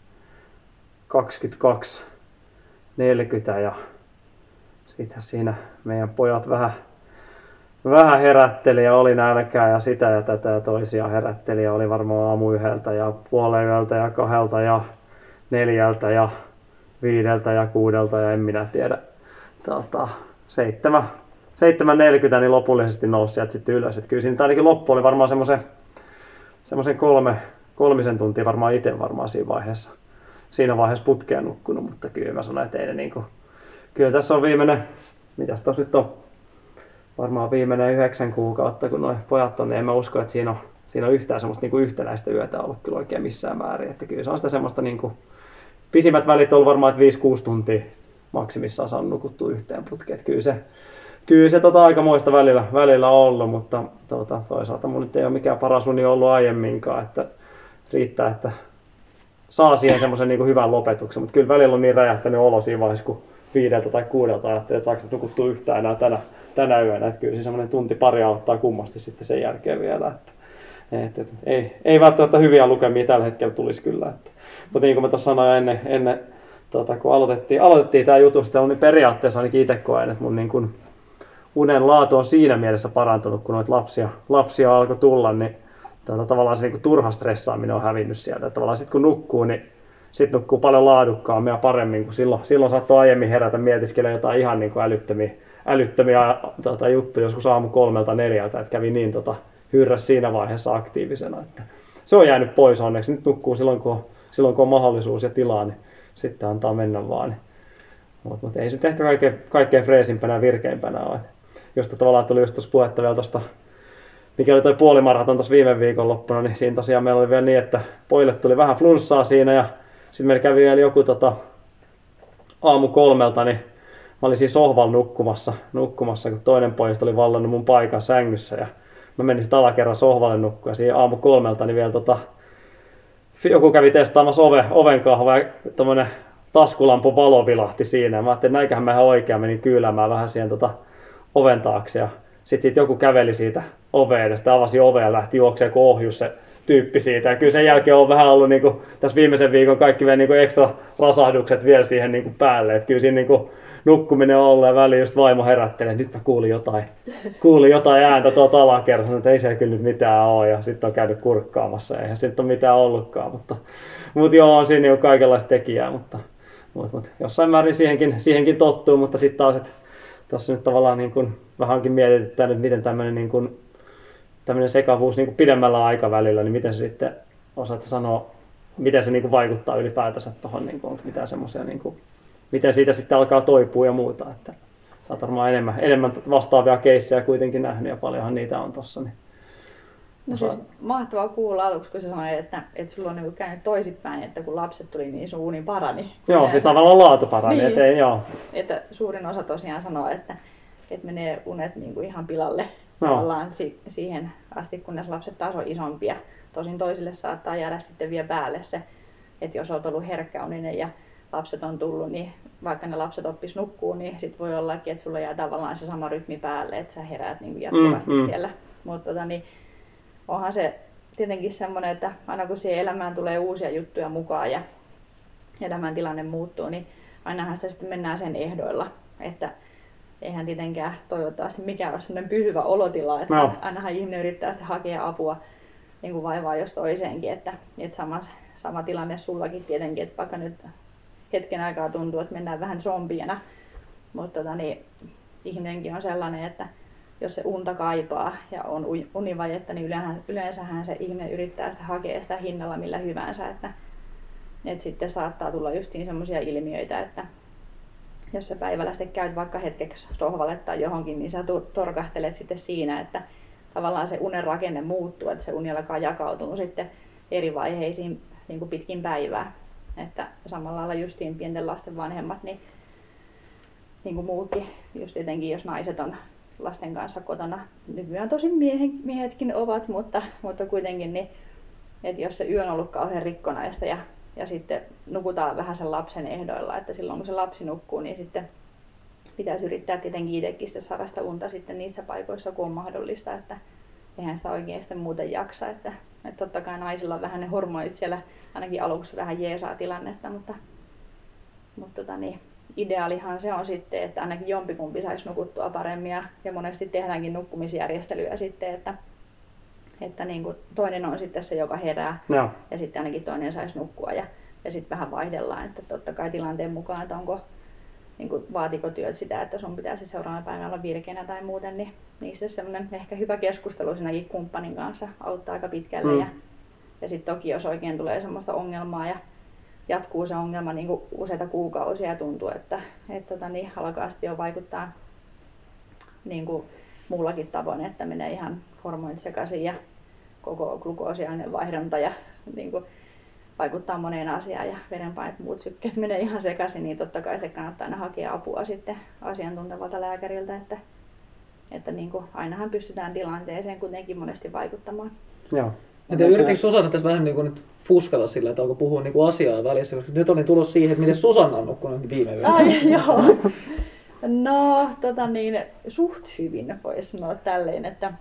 22.40 ja sitten siinä meidän pojat vähän herätteli ja oli nälkää ja sitä ja tätä ja toisia herätteli ja oli varmaan aamuyhdeltä ja puolen yöltä ja 2 ja 4 ja 5 ja 6 ja en minä tiedä. 7.40 niin lopullisesti nousi sieltä sitten ylös. Et kyllä siinä ainakin loppu oli varmaan semmoisen 3 tuntia varmaan itse siinä vaiheessa putkeen nukkunut, mutta kyllä mä sanoin, että ei ne niinku, kyllä tässä on mitäs tossa nyt on, varmaan viimeinen 9 kuukautta, kun nuo pojat on, niin en mä usko, että siinä on yhtään semmoista niinku yhtenäistä yötä ollut kyllä oikein missään määrin. Että kyllä se on sitä semmoista niinku, pisimmät välit on ollut varmaan, että 5-6 tuntia maksimissaan saanut nukuttua yhteen putkeen. Kyllä se aikamoista välillä on ollut, mutta toisaalta mun nyt ei ole mikään paras uni ollut aiemminkaan, että riittää, että saa siihen semmoisen niin kuin hyvän lopetuksen, mutta kyllä välillä on niin räjähtänyt olo siinä vaiheessa, kun 5 tai 6 ajattelee, että saako se nukuttua yhtään enää tänä yönä, että kyllä se semmoinen tunti pari auttaa kummasti sitten sen jälkeen vielä, että ei välttämättä hyviä lukemia tällä hetkellä tulisi kyllä, mutta niin kuin mä tuossa sanoin ennen kun aloitettiin tämä jutustelu, niin periaatteessa ainakin itse koen, että mun niin kuin unen laatu on siinä mielessä parantunut, kun noita lapsia alkoi tulla, niin tavallaan se niin kuin turha stressaaminen on hävinnyt sieltä. Että tavallaan sitten kun nukkuu, niin sitten nukkuu paljon laadukkaammin ja paremmin, kuin silloin saattoi aiemmin herätä mietiskellä jotain ihan niin kuin älyttömiä juttuja joskus aamu 3-4, että kävi niin hyrräs siinä vaiheessa aktiivisena. Että se on jäänyt pois onneksi. Nyt nukkuu silloin, kun on mahdollisuus ja tilaa, niin sitten antaa mennä vaan. Mutta ei se nyt ehkä kaikkein freesimpänä ja virkeimpänä ole. Josta tavallaan tuli just tuossa puhetta vielä tuosta, mikä oli toi puolimaraton tuossa viime viikonloppuna, niin siinä tosiaan meillä oli vielä niin, että pojille tuli vähän flunssaa siinä ja sitten meillä kävi vielä joku aamu 3, niin mä olin siinä sohvalla nukkumassa, kun toinen pojista oli vallannut mun paikan sängyssä ja mä menin sitten alakerran sohvalle nukkuun ja siinä aamu 3 niin vielä joku kävi testaamassa ovenkahva ja tommonen taskulampun valo vilahti siinä. Ja mä ajattelin, että näinköhän mä ihan oikein menin kyyläämään vähän siihen oven taakse. Ja sit joku käveli siitä oveen edestä, avasi ovea ja lähti juoksemaan, kun ohjus se tyyppi siitä. Ja kyllä sen jälkeen on vähän ollut niin kuin, tässä viimeisen viikon kaikki vielä niin kuin ekstra rasahdukset vielä siihen niin kuin päälle. Että kyllä siinä niin kuin, nukkuminen on ollut ja väliin just vaimo herättelee, nyt mä kuulin jotain ääntä tuolta alakerrassa, että ei se kyllä nyt mitään ole. Ja sitten on käynyt kurkkaamassa, eihän sitten ole mitään ollutkaan. Mutta joo, on siinä niin kaikenlaista tekijää, mutta jossain määrin siihenkin tottuu, mutta sitten taas, että tuossa nyt tavallaan niin kuin, vähänkin mietityttää nyt, miten tämmöinen niin kuin, sekavuus niin kuin pidemmällä aikavälillä, niin miten se sitten, osaatko sanoa, miten se niin kuin vaikuttaa ylipäätänsä tuohon, niin kuin, mitä semmoisia, niin kuin, miten siitä sitten alkaa toipua ja muuta, että sä oot varmaan enemmän vastaavia keissejä kuitenkin nähnyt ja paljonhan niitä on tossa. Niin no siis mahtavaa kuulla aluksi, kun sä sanoit, että sulla on niin käynyt toisinpäin, että kun lapset tuli, niin sun uni parani. Joo, siis tavallaan laatu parani, niin, ettei, joo. Että suurin osa tosiaan sanoo, että menee unet niin kuin ihan pilalle tavallaan siihen asti, kunnes lapset taas on isompia. Tosin toisille saattaa jäädä sitten vielä päälle se, että jos olet ollut herkkäuninen ja lapset on tullut, niin vaikka ne lapset oppis nukkuu, niin sit voi ollakin, että sulla jää tavallaan se sama rytmi päälle, että sä heräät niin kuin jatkuvasti siellä. Mutta niin, onhan se tietenkin semmoinen, että aina kun siihen elämään tulee uusia juttuja mukaan ja elämäntilanne muuttuu, niin ainahan sitä sitten mennään sen ehdoilla. Että eihän tietenkään toivottavasti mikään ole semmoinen pysyvä olotila, että ainahan ihminen yrittää sitten hakea apua niin kuin vaivaa jos toiseenkin, että sama tilanne sullakin tietenkin, että vaikka nyt hetken aikaa tuntuu, että mennään vähän zombiena, mutta niin, ihminenkin on sellainen, että jos se unta kaipaa ja on univajetta, niin yleensähän se ihminen yrittää sitä hakea sitä hinnalla millä hyvänsä, että sitten saattaa tulla justiin semmoisia ilmiöitä, että jos sä päivällä sitten käyt vaikka hetkeksi sohvalle tai johonkin, niin sä torkahtelet sitten siinä, että tavallaan se unen rakenne muuttuu, että se uni alkaa jakautunut sitten eri vaiheisiin niin kuin pitkin päivää. Että samalla lailla justiin pienten lasten vanhemmat, niin kuin muutkin, just etenkin jos naiset on lasten kanssa kotona, nykyään tosin miehetkin ovat, mutta kuitenkin, niin, että jos se yö on ollut kauhean rikkonaista ja sitten nukutaan vähän sen lapsen ehdoilla, että silloin kun se lapsi nukkuu, niin sitten pitäisi yrittää tietenkin itsekin sitten saada sitä unta sitten niissä paikoissa, kun on mahdollista, että eihän sitä oikein sitten muuten jaksa, että totta kai naisilla on vähän ne hormonit siellä ainakin aluksi vähän jeesaa tilannetta, mutta niin, ideaalihan se on sitten, että ainakin jompikumpi saisi nukuttua paremmin ja monesti tehdäänkin nukkumisjärjestelyä sitten, että niin kuin toinen on sitten se, joka herää ja sitten ainakin toinen saisi nukkua ja sitten vähän vaihdellaan, että totta kai tilanteen mukaan, että onko niin kuin, vaatiko työt sitä, että sun pitäisi seuraavana päivänä olla virkeänä tai muuten, niin niistä semmoinen ehkä hyvä keskustelu siinäkin kumppanin kanssa auttaa aika pitkälle ja sitten toki jos oikein tulee semmoista ongelmaa ja jatkuu se ongelma niin kuin useita kuukausia ja tuntuu, että niin alkaa sitten jo vaikuttaa niin kuin muullakin tavoin, että menee ihan hormonit sekaisin ja koko glukoosiainevaihdunta ja niin kuin vaikuttaa moneen asiaan ja verenpaineet muut sykkeet menee ihan sekaisin, niin totta kai se kannattaa aina hakea apua sitten asiantuntevalta lääkäriltä, että niin kuin ainahan pystytään tilanteeseen kuitenkin monesti vaikuttamaan. Joo. Yritikö Susanna tässä vähän niin kuin nyt fuskella sillä, että onko puhua niin kuin asiaa välissä, koska nyt olin tulossa siihen, että miten Susanna on nukkunut viime yönä. Joo. No, suht hyvin voisi sanoa tälleen, että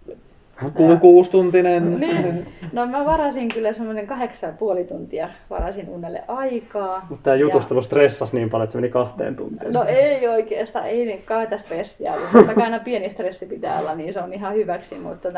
6-tuntinen. Niin. No mä varasin kyllä semmoinen 8,5 tuntia varasin unelle aikaa. Mutta tämä jutustelu stressasi niin paljon, että se meni 2 tuntiin. No ei oikeastaan, ei niin kahta stressiä. Totta kai aina pieni stressi pitää olla, niin se on ihan hyväksi. Mutta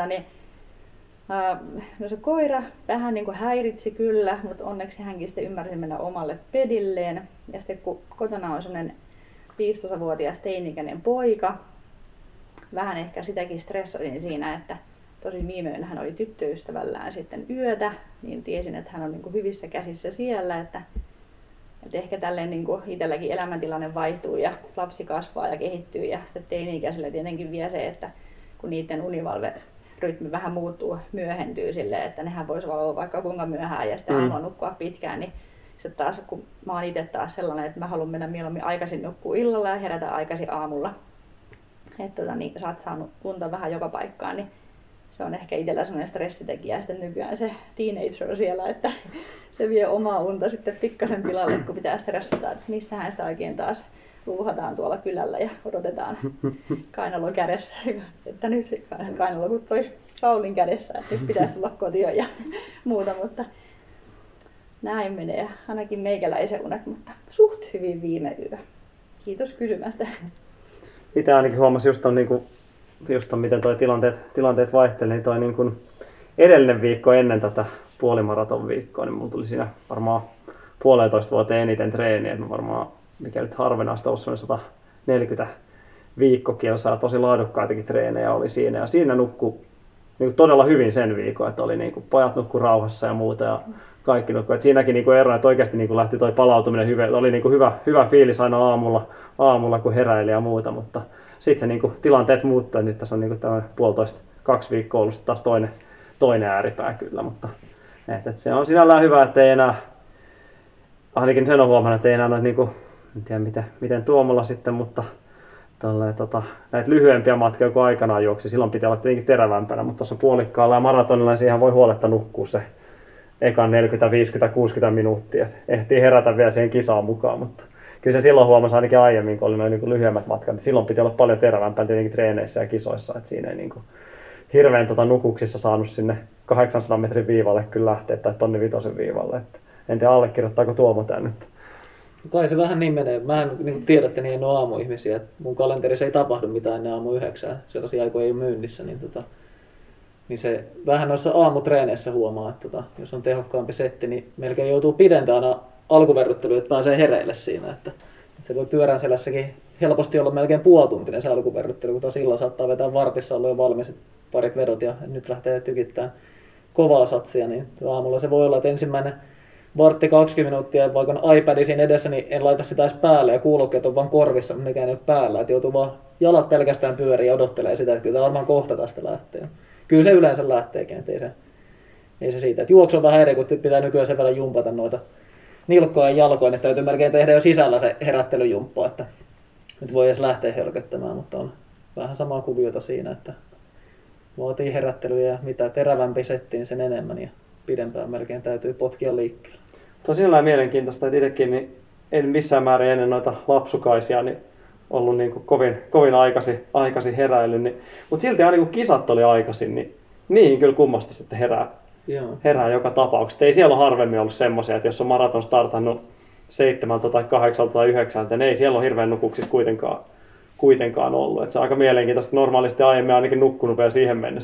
no se koira vähän niin kuin häiritsi kyllä, mutta onneksi hänkin sitten ymmärsi mennä omalle pedilleen. Ja sitten kun kotona on semmoinen 15-vuotias teini-ikäinen poika, vähän ehkä sitäkin stressasin siinä, että tosin viime yönä hän oli tyttöystävällään sitten yötä, niin tiesin, että hän on niin kuin hyvissä käsissä siellä, että ehkä tälleen niin kuin itselläkin elämäntilanne vaihtuu ja lapsi kasvaa ja kehittyy ja sitten teini-ikäisellä tietenkin vie se, että kun niiden univalverytmi vähän muuttuu, myöhentyy silleen, että nehän voisi valvoa vaikka kuinka myöhään ja sitten aamulla nukkua pitkään, niin sitten taas kun mä oon itse taas sellainen, että mä haluan mennä mieluummin aikaisin nukkua illalla ja herätä aikaisin aamulla, että niin sä oot saanut unta vähän joka paikkaan, niin se on ehkä itsellä sellainen stressitekijä ja sitten nykyään se teenager siellä, että se vie omaa unta sitten pikkasen tilalle, kun pitää stressata, että missähän sitä oikein taas luuhataan tuolla kylällä ja odotetaan kainalo kädessä, että nyt kainalo kun toi kaulin kädessä, että nyt pitäisi tulla kotiin ja muuta, mutta näin menee ainakin meikäläisen unet, mutta suht hyvin viime yö. Kiitos kysymästä. Itse ainakin huomasin just ton miten toi tilanteet vaihteli, niin toi niin kun edellinen viikko ennen tätä puolimaraton viikkoa, niin mulla tuli siinä varmaan 1,5 vuoteen eniten treeniä, että mä varmaan, mikä nyt harvinaista ollut, 140 viikkokilsaa, tosi laadukkaitakin treenejä oli siinä, ja siinä nukkui niin todella hyvin sen viikon, että oli niin kuin, pojat nukkui rauhassa ja muuta, ja kaikki nukkui. Et siinäkin niin ero, että oikeasti niin lähti toi palautuminen hyvin, oli niin kuin hyvä fiilis aina aamulla kun heräili ja muuta, mutta sitten se niin kuin, tilanteet muuttui, nyt tässä on niin kuin 1,5-2 viikkoa ollut taas toinen ääripää kyllä, mutta et se on sinällään hyvä, että ei enää, ainakin sen on huomannut, että ei enää noita, niin kuin, en tiedä miten Tuomolla sitten, mutta näitä lyhyempiä matkoja kuin aikanaan juoksi, silloin pitää olla tietenkin terävämpänä, mutta tuossa puolikkaalla ja maratonilla niin siihen voi huoletta nukkua se ekan 40, 50, 60 minuuttia, että ehtii herätä vielä siihen kisaan mukaan, mutta kyllä se silloin huomasi ainakin aiemmin, kun oli noin niin lyhyemmät matkat, että silloin pitää olla paljon terävämpää tietenkin treeneissä ja kisoissa, että siinä ei niin kuin hirveän nukuksissa saanut sinne 800 metrin viivalle kyllä lähteä tai 1,5 viivalle, että en tiedä allekirjoittaako Tuomo tämän nyt. Kai se vähän niin menee. Mä en, niin kuin tiedätte, niin en ole aamuihmisiä. Mun kalenterissa ei tapahdu mitään ennen aamu 9. Sellaisia aikoja ei ole myynnissä. Niin se vähän noissa aamutreeneissä huomaa, että jos on tehokkaampi setti, niin melkein joutuu pidentämään alkuverryttelyä, että pääsee hereille siinä. Että se voi pyörän selässäkin helposti olla melkein puolituntinen se alkuverryttely, kun taas illalla saattaa vetää vartissa olla jo valmiiset parit vedot ja nyt lähtee tykittämään kovaa satsia. Niin aamulla se voi olla, että ensimmäinen vartti 20 minuuttia, vaikka on iPad siinä edessä, niin en laita sitä edes päälle ja kuulokkeet on vaan korvissa, mutta nekään ei ole päällä. Että joutuu vaan jalat pelkästään pyöriä ja odottelee sitä, että kyllä tämä varmaan kohta tästä lähtee. Kyllä se yleensä lähteekin, että ei se siitä. Että juoksu on vähän eri, kun pitää nykyään sen verran jumpata noita nilkkoja ja jalkoja, niin täytyy melkein tehdä jo sisällä se herättelyjumppa, että nyt voi edes lähteä hölköttämään, mutta on vähän samaa kuviota siinä, että vaatii herättelyä ja mitä terävämpi setti, niin sen enemmän ja pidempään melkein täytyy potkia liikkeelle. Tosiaan mielenkiintoista, että itsekin niin en missään määrin ennen noita lapsukaisia niin ollut niin kuin kovin aikaisin heräily, mutta silti aina kun kisat oli aikaisin, niin niihin kyllä kummasti sitten herää joka tapauksessa. Ei siellä ole harvemmin ollut semmoisia, että jos on maraton startannut 7 tai 8 tai 9, niin ei siellä ole hirveän nukuksissa kuitenkaan ollut. Että se on aika mielenkiintoista, normaalisti aiemmin ainakin nukkunut vielä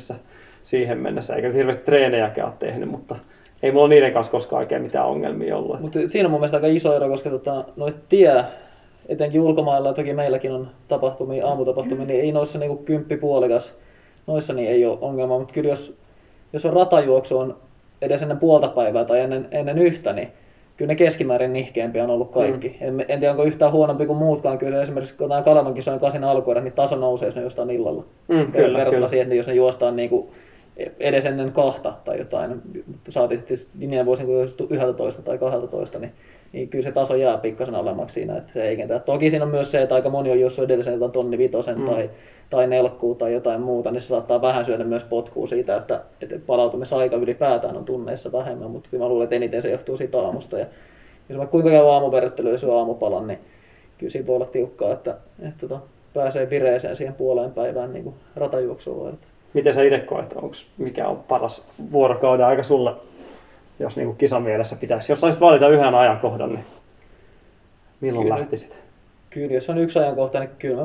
siihen mennessä, eikä hirveästi treenejäkään ole tehnyt, mutta ei mulla ole niiden kanssa koskaan oikein mitään ongelmia ollut. Mutta siinä on mun mielestä aika iso ero, koska noit etenkin ulkomailla, toki meilläkin on aamutapahtumia, niin ei noissa niinku 10-puolikas, noissa niin ei ole ongelmaa, mutta kyllä jos on ratajuoksu on edes ennen puolta päivää tai ennen yhtä, niin kyllä ne keskimäärin nihkeämpiä on ollut kaikki. En tiedä, onko yhtään huonompi kuin muutkaan. Kyllä esimerkiksi kun tämä Kalevan kisojen 8 alkuerä, niin taso nousee, jos ne juostaan illalla. Verrattuna siihen, että jos ne juostaan niinku edes ennen 2 tai jotain, saatiin viime vuosina, kun juostu 11 tai 12, niin kyllä se taso jää pikkasen alemmaksi siinä, että se heikentää. Toki siinä on myös se, että aika moni on juossut edellisen jotain 1,5 tai nelkkuu tai jotain muuta, niin se saattaa vähän syödä myös potkua siitä, että palautumisaika ylipäätään on tunneissa vähemmän, mutta kyllä mä luulen, että eniten se johtuu siitä aamusta. Ja jos vaikka kuinka käy aamuverryttelyä ja syö aamupalan, niin kyllä siinä voi olla tiukkaa, että pääsee vireeseen siihen puoleen päivään niin kuin ratajuoksua. Miten sä itse koet, mikä on paras vuorokauden aika sulle, jos niin kuin kisamielessä pitäisi? Jos saisit valita yhden ajankohdan, niin milloin lähtisit? Kyllä, jos on yksi ajankohta, niin kyllä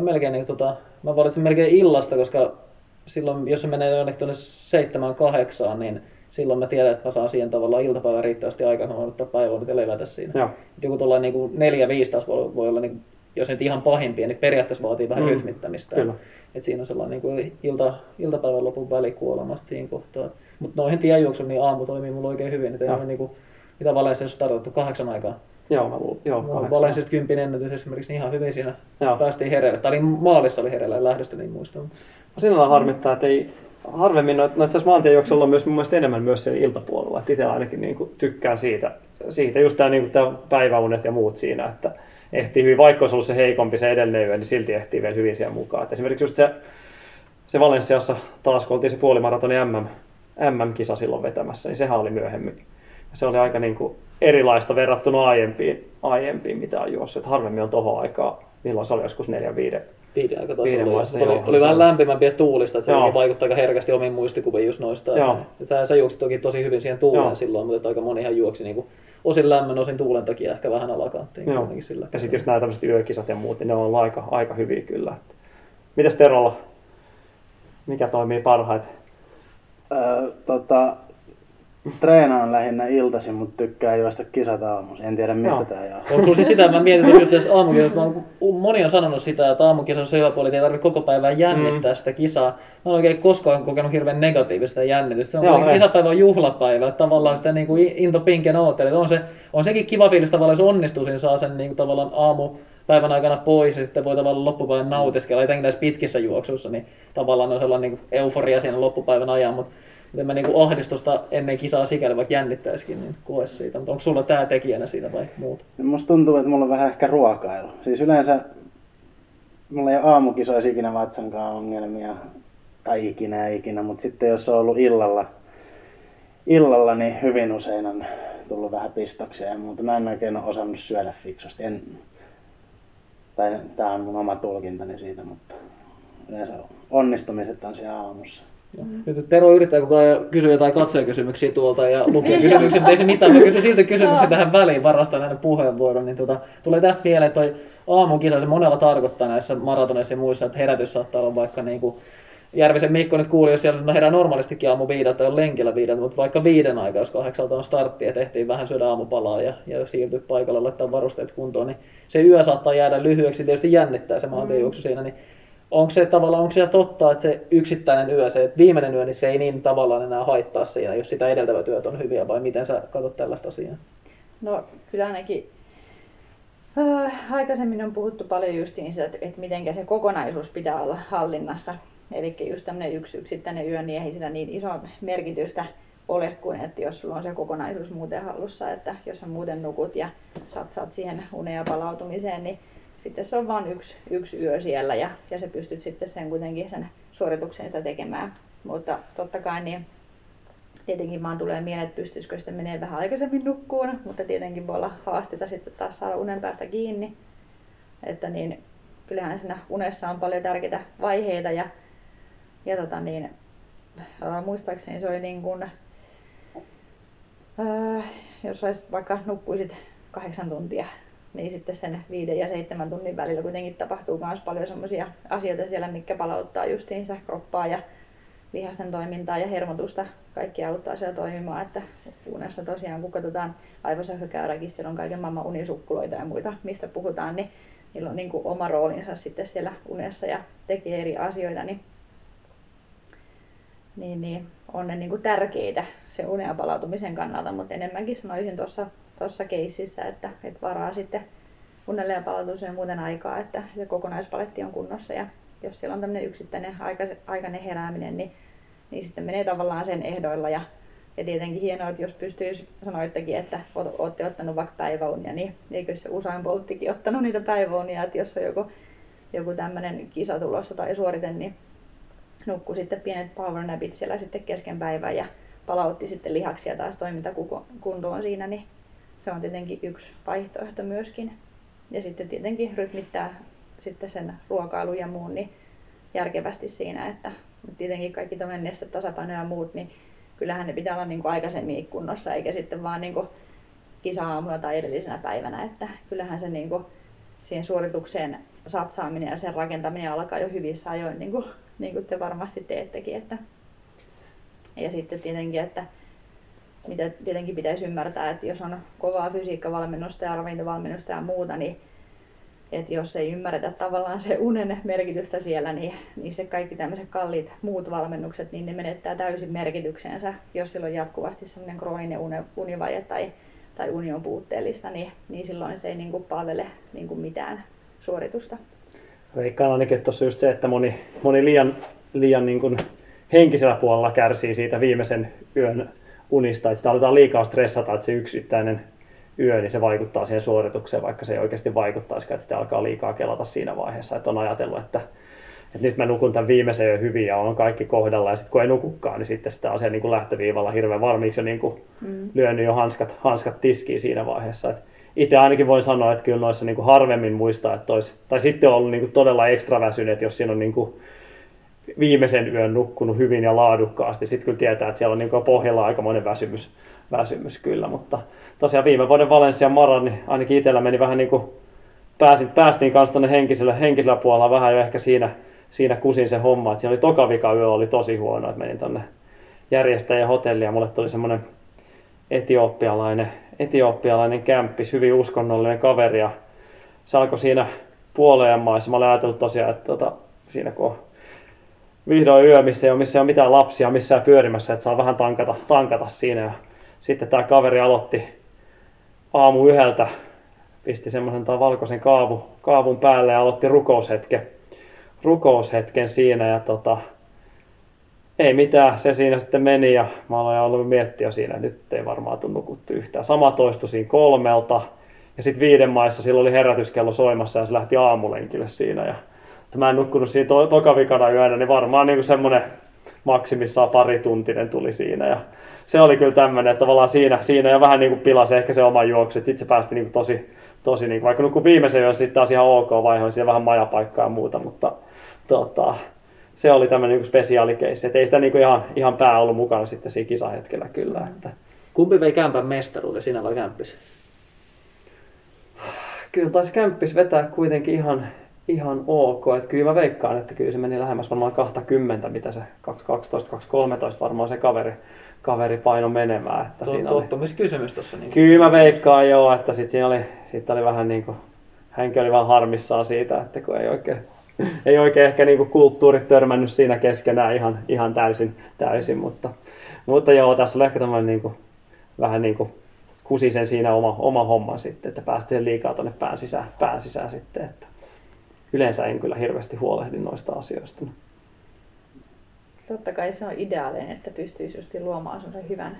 mä valitsin melkein illasta, koska silloin, jos se menee jonnekin tuonne 7-8, niin silloin mä tiedän, että mä saan siihen tavallaan iltapäivän riittävästi aikaa, kun mä ottaa päivän ja levätä siinä. Joo. Joku tuollainen niin 4-5 taas voi olla, niin, jos nyt ihan pahimpia, niin periaatteessa vaatii vähän rytmittämistä. Et siinä on sellainen niin iltapäivän lopun välikuolemasta siinä kohtaa. Mutta noihin tienjuoksun niin aamu toimii mulla oikein hyvin. Että ei niin mitä Valensiassa startattu 8 aikaa. Joo, 8. Valensiasta 10 ennätys esimerkiksi niin ihan hyvin siinä päästiin hereille. Tai maalissa oli hereillä ja lähdöstä niin muistan. Sinällään harmittaa, että ei harvemmin noita maantiejuoksulla on myös mun mielestä enemmän myös siellä iltapuolella. Et itse ainakin niin kuin tykkään siitä just tämä niin päiväunet ja muut siinä, että ehtii hyvin, vaikka olisi ollut se heikompi se edellinen yö, niin silti ehtii vielä hyvin siellä mukaan. Et esimerkiksi just se Valensiassa taas, kun oltiin se puolimaratonin MM-kisa silloin vetämässä, niin sehän oli myöhemmin. Ja se oli aika niin kuin erilaista verrattuna aiempiin mitä on juossut. Et harvemmin on tohon milloin se oli joskus 4-5. 5 aika taas Viiden oli. maissa, Mutta joo, oli se vähän on. lämpimämpi ja tuulista, että se Joo. vaikuttaa aika herkästi omiin muistikuviin just noista. Joo. Sä juoksit toki tosi hyvin siihen tuuleen Joo. silloin, mutta aika monihan juoksi niinku osin lämmön, osin tuulen takia ehkä vähän alakanttiin. Joo. kuitenkin sillä. Ja sitten just nämä tämmöiset yökisat ja muut, niin ne on aika hyviä kyllä. Mitäs Terolla? Mikä toimii parhaiten? Treenaan lähinnä iltaisin, mutta tykkään juosta kisat aamuisin. En tiedä mistä Joo. tää johtuu. Onko sulla sit sitä, mä mietin just tässä aamukisassa, moni on sanonut sitä, että aamukisassa on se hyvä puoli, että ei tarvitse koko päivää jännittää sitä kisaa. Mä en oikein koskaan kokenut hirveän negatiivista jännitystä. Se on kuitenkin kisapäivä on juhlapäivä, että tavallaan sitä niin kuin into pinken oottelee. On sekin kiva fiilis tavallaan, jos onnistuu, siinä saa sen niin kuin tavallaan aamupäivän aikana pois ja sitten voi tavallaan loppupäivän nautiskella, etenkin näissä pitkissä juoksuissa, niin tavallaan on sellainen niin kuin euforia siinä loppupäivän ajan. Mutta en mä niinku ahdistusta ennen kisaa sikäli, vaikka jännittäisikin, niin koe siitä. Mutta onko sulla tää tekijänä siitä vai muuta? Musta tuntuu, että mulla on vähän ehkä ruokailu. Siis yleensä mulla ei ole aamukisoissa ikinä vatsankaan ongelmia. Tai ikinä, mutta sitten jos on ollut illalla, niin hyvin usein on tullut vähän pistoksia ja muuta. Mä en oikein ole osannut syödä fiksusti. Tai tää on mun oma tulkintani siitä, mutta yleensä onnistumiset on siellä aamussa. Nyt Tero yrittää koko ajan kysyä jotain katsojakysymyksiä tuolta ja lukijakysymyksiä, mutta ei se mitään. Mä kysyn silti kysymyksen tähän väliin, varastan näiden puheenvuoron. Niin tulee tästä mieleen, että toi aamukisa, se monella tarkoittaa näissä maratoneissa ja muissa, että herätys saattaa olla vaikka niinku Järvisen Mikko nyt kuuli, jos siellä herää normaalistikin aamu 5 tai on lenkillä 5, mutta vaikka 5 aikaa, jos 8 on startti ja tehtiin vähän syödä aamupalaa ja siirtyä paikalle laittaa varusteet kuntoon, niin se yö saattaa jäädä lyhyeksi, tietysti jännittää se maantiejuoksu siinä, niin onko se totta, että se yksittäinen yö, se viimeinen yö, niin se ei niin tavallaan enää haittaa siinä, jos sitä edeltävät yöt on hyviä, vai miten sä katsot tällaista asiaa? No kyllä ainakin aikaisemmin on puhuttu paljon justiin sitä, että miten se kokonaisuus pitää olla hallinnassa. Eli just tämmöinen yksittäinen yö, niin ei sillä niin iso merkitystä ole kuin, että jos sulla on se kokonaisuus muuten hallussa, että jos sä muuten nukut ja satsaat siihen uneen ja palautumiseen, niin sitten se on vain yksi yö siellä ja sä pystyt sitten sen kuitenkin sen suorituksen sitä tekemään. Mutta totta kai niin tietenkin vaan tulee mieleen, että pystyisikö sitten menee vähän aikaisemmin nukkuun, mutta tietenkin voi olla haasteita sitten taas saada unen päästä kiinni. Että niin, kyllähän siinä unessa on paljon tärkeitä vaiheita ja muistaakseni se oli niin kuin, jos vaikka nukkuisit 8 tuntia, niin sitten sen 5 ja 7 tunnin välillä kuitenkin tapahtuu myös paljon semmoisia asioita siellä, mitkä palauttaa justiin sitä kroppaa ja lihasten toimintaa ja hermotusta. Kaikki auttaa siellä toimimaan, että unessa tosiaan kun katsotaan aivosähkökäyräkin, siellä on kaiken maailman unisukkuloita ja muita, mistä puhutaan, niin niillä on niin kuin oma roolinsa sitten siellä unessa ja tekee eri asioita, niin on ne niin kuin tärkeitä sen unen ja palautumisen kannalta, mutta enemmänkin sanoisin tuossa keississä, että varaa sitten unelle ja palautumiseen muuten aikaa, että se kokonaispaletti on kunnossa ja jos siellä on tämmöinen yksittäinen aikainen herääminen, niin sitten menee tavallaan sen ehdoilla ja tietenkin hienoa, että jos pystyisi, sanoittekin, että olette ottanut vaikka päiväunia, niin eikö se Usain Bolttikin ottanut niitä päiväunia, että jos on joku tämmöinen kisa tulossa tai suorite, niin nukkui sitten pienet powernapit siellä sitten kesken päivää ja palautti sitten lihaksia taas toimintakuntoon siinä, niin se on tietenkin yksi vaihtoehto myöskin. Ja sitten tietenkin rytmittää sitten sen ruokailun ja muun niin järkevästi siinä, että tietenkin kaikki tuommoinen nestetasapaino ja muut, niin kyllähän ne pitää olla niin kuin aikaisemmin kunnossa, eikä sitten vaan niin kuin kisa-aamulla tai edellisenä päivänä, että kyllähän se niin kuin siihen suoritukseen satsaaminen ja sen rakentaminen alkaa jo hyvissä ajoin, niin kuin te varmasti teettekin. Että. Ja sitten tietenkin, että mitä tietenkin pitäisi ymmärtää, että jos on kovaa fysiikkavalmennusta ja ravintovalmennusta ja muuta, niin että jos ei ymmärretä tavallaan se unen merkitystä siellä, niin se kaikki tämmöiset kalliit muut valmennukset, niin ne menettää täysin merkityksensä, jos sillä on jatkuvasti semmoinen krooninen univaje tai uni on puutteellista, niin silloin se ei niin kuin palvele niin kuin mitään suoritusta. Veikkaan ainakin, että tuossa just se, että moni liian niin kuin henkisellä puolella kärsii siitä viimeisen yön unista, että sitä aletaan liikaa stressata, että se yksittäinen yö, niin se vaikuttaa siihen suoritukseen, vaikka se ei oikeasti vaikuttaisikaan, että sitä alkaa liikaa kelata siinä vaiheessa, että on ajatellut, että nyt mä nukun tämän viimeisen yön hyvin ja on kaikki kohdalla, ja sitten kun ei nukukaan, niin sitten sitä on siellä niin kuin lähtöviivalla hirveän valmiiksi jo niin kuin lyönyt jo hanskat tiskiin siinä vaiheessa. itse ainakin voin sanoa, että kyllä noissa niin kuin harvemmin muistaa, että tai sitten on ollut niin kuin todella ekstra väsyneet, jos siinä on niin kuin viimeisen yön nukkunut hyvin ja laadukkaasti. Sitten kyllä tietää, että siellä on niin kuin pohjalla aikamoinen väsymys kyllä, mutta tosiaan viime vuoden Valenssian maran, niin ainakin itsellä meni vähän niin kuin päästiin kanssa tuonne henkisellä puolella vähän jo ehkä siinä kusin se homma, että siinä oli toka vika yö oli tosi huono, että menin tuonne järjestäjän hotelliin ja mulle tuli semmoinen etiopialainen kämppis, hyvin uskonnollinen kaveri ja se alkoi siinä puoleen maissa. Mä olin ajatellut tosiaan, että siinä kun on vihdoin yö, missä ei ole mitään lapsia missään pyörimässä, että saa vähän tankata siinä. Ja sitten tämä kaveri aloitti aamu 1:00, pisti semmoisen valkoisen kaavun päälle ja aloitti rukoushetken siinä. Ja ei mitään, se siinä sitten meni ja mä aloin ollut miettiä siinä, että nyt ei varmaan tule nukuttu yhtään. Sama toistui siinä 3:00 ja sitten 5 maissa sillä oli herätyskello soimassa ja se lähti aamulenkille siinä. Ja mä en nukkunut siinä tokavikana yönä, niin varmaan niin semmoinen maksimissaan parituntinen tuli siinä. Ja se oli kyllä tämmöinen, että tavallaan siinä jo vähän niin kuin pilasi ehkä se oma juoksu. Sitten se päästi niin kuin tosi niin kuin, vaikka nukkui viimeisen yön sitten taas ihan ok, vaihoin siellä vähän majapaikkaa ja muuta, mutta se oli tämmöinen niin spesiaalikeissi, että ei sitä niin ihan pää ollut mukana sitten siinä kisahetkellä kyllä. Että. Kumpi vei kämpän mestaruuden, sinä vai kämppis? Kyllä taisi kämppis vetää kuitenkin ihan ok, että kyllä mä veikkaan, että kyllä se meni lähemmäs varmaan 20, mitä se 2.12-2.13 varmaan se kaveri paino menemään. Että siinä tottumiskysymys tuossa. Niin. Kyllä mä veikkaan joo, että sitten oli vähän niin kuin, hänkin oli vähän harmissaan siitä, että kun ei oikein ehkä niin kuin kulttuurit törmännyt siinä keskenään ihan täysin, mutta joo, tässä oli ehkä tämmöinen niin kuin, vähän niin kuin kusisen siinä oma homma sitten, että päästiin liikaa tuonne pään sisään sitten, että yleensä en kyllä hirveästi huolehdi noista asioista. Totta kai se on ideaalinen, että pystyisi just luomaan semmoisen hyvän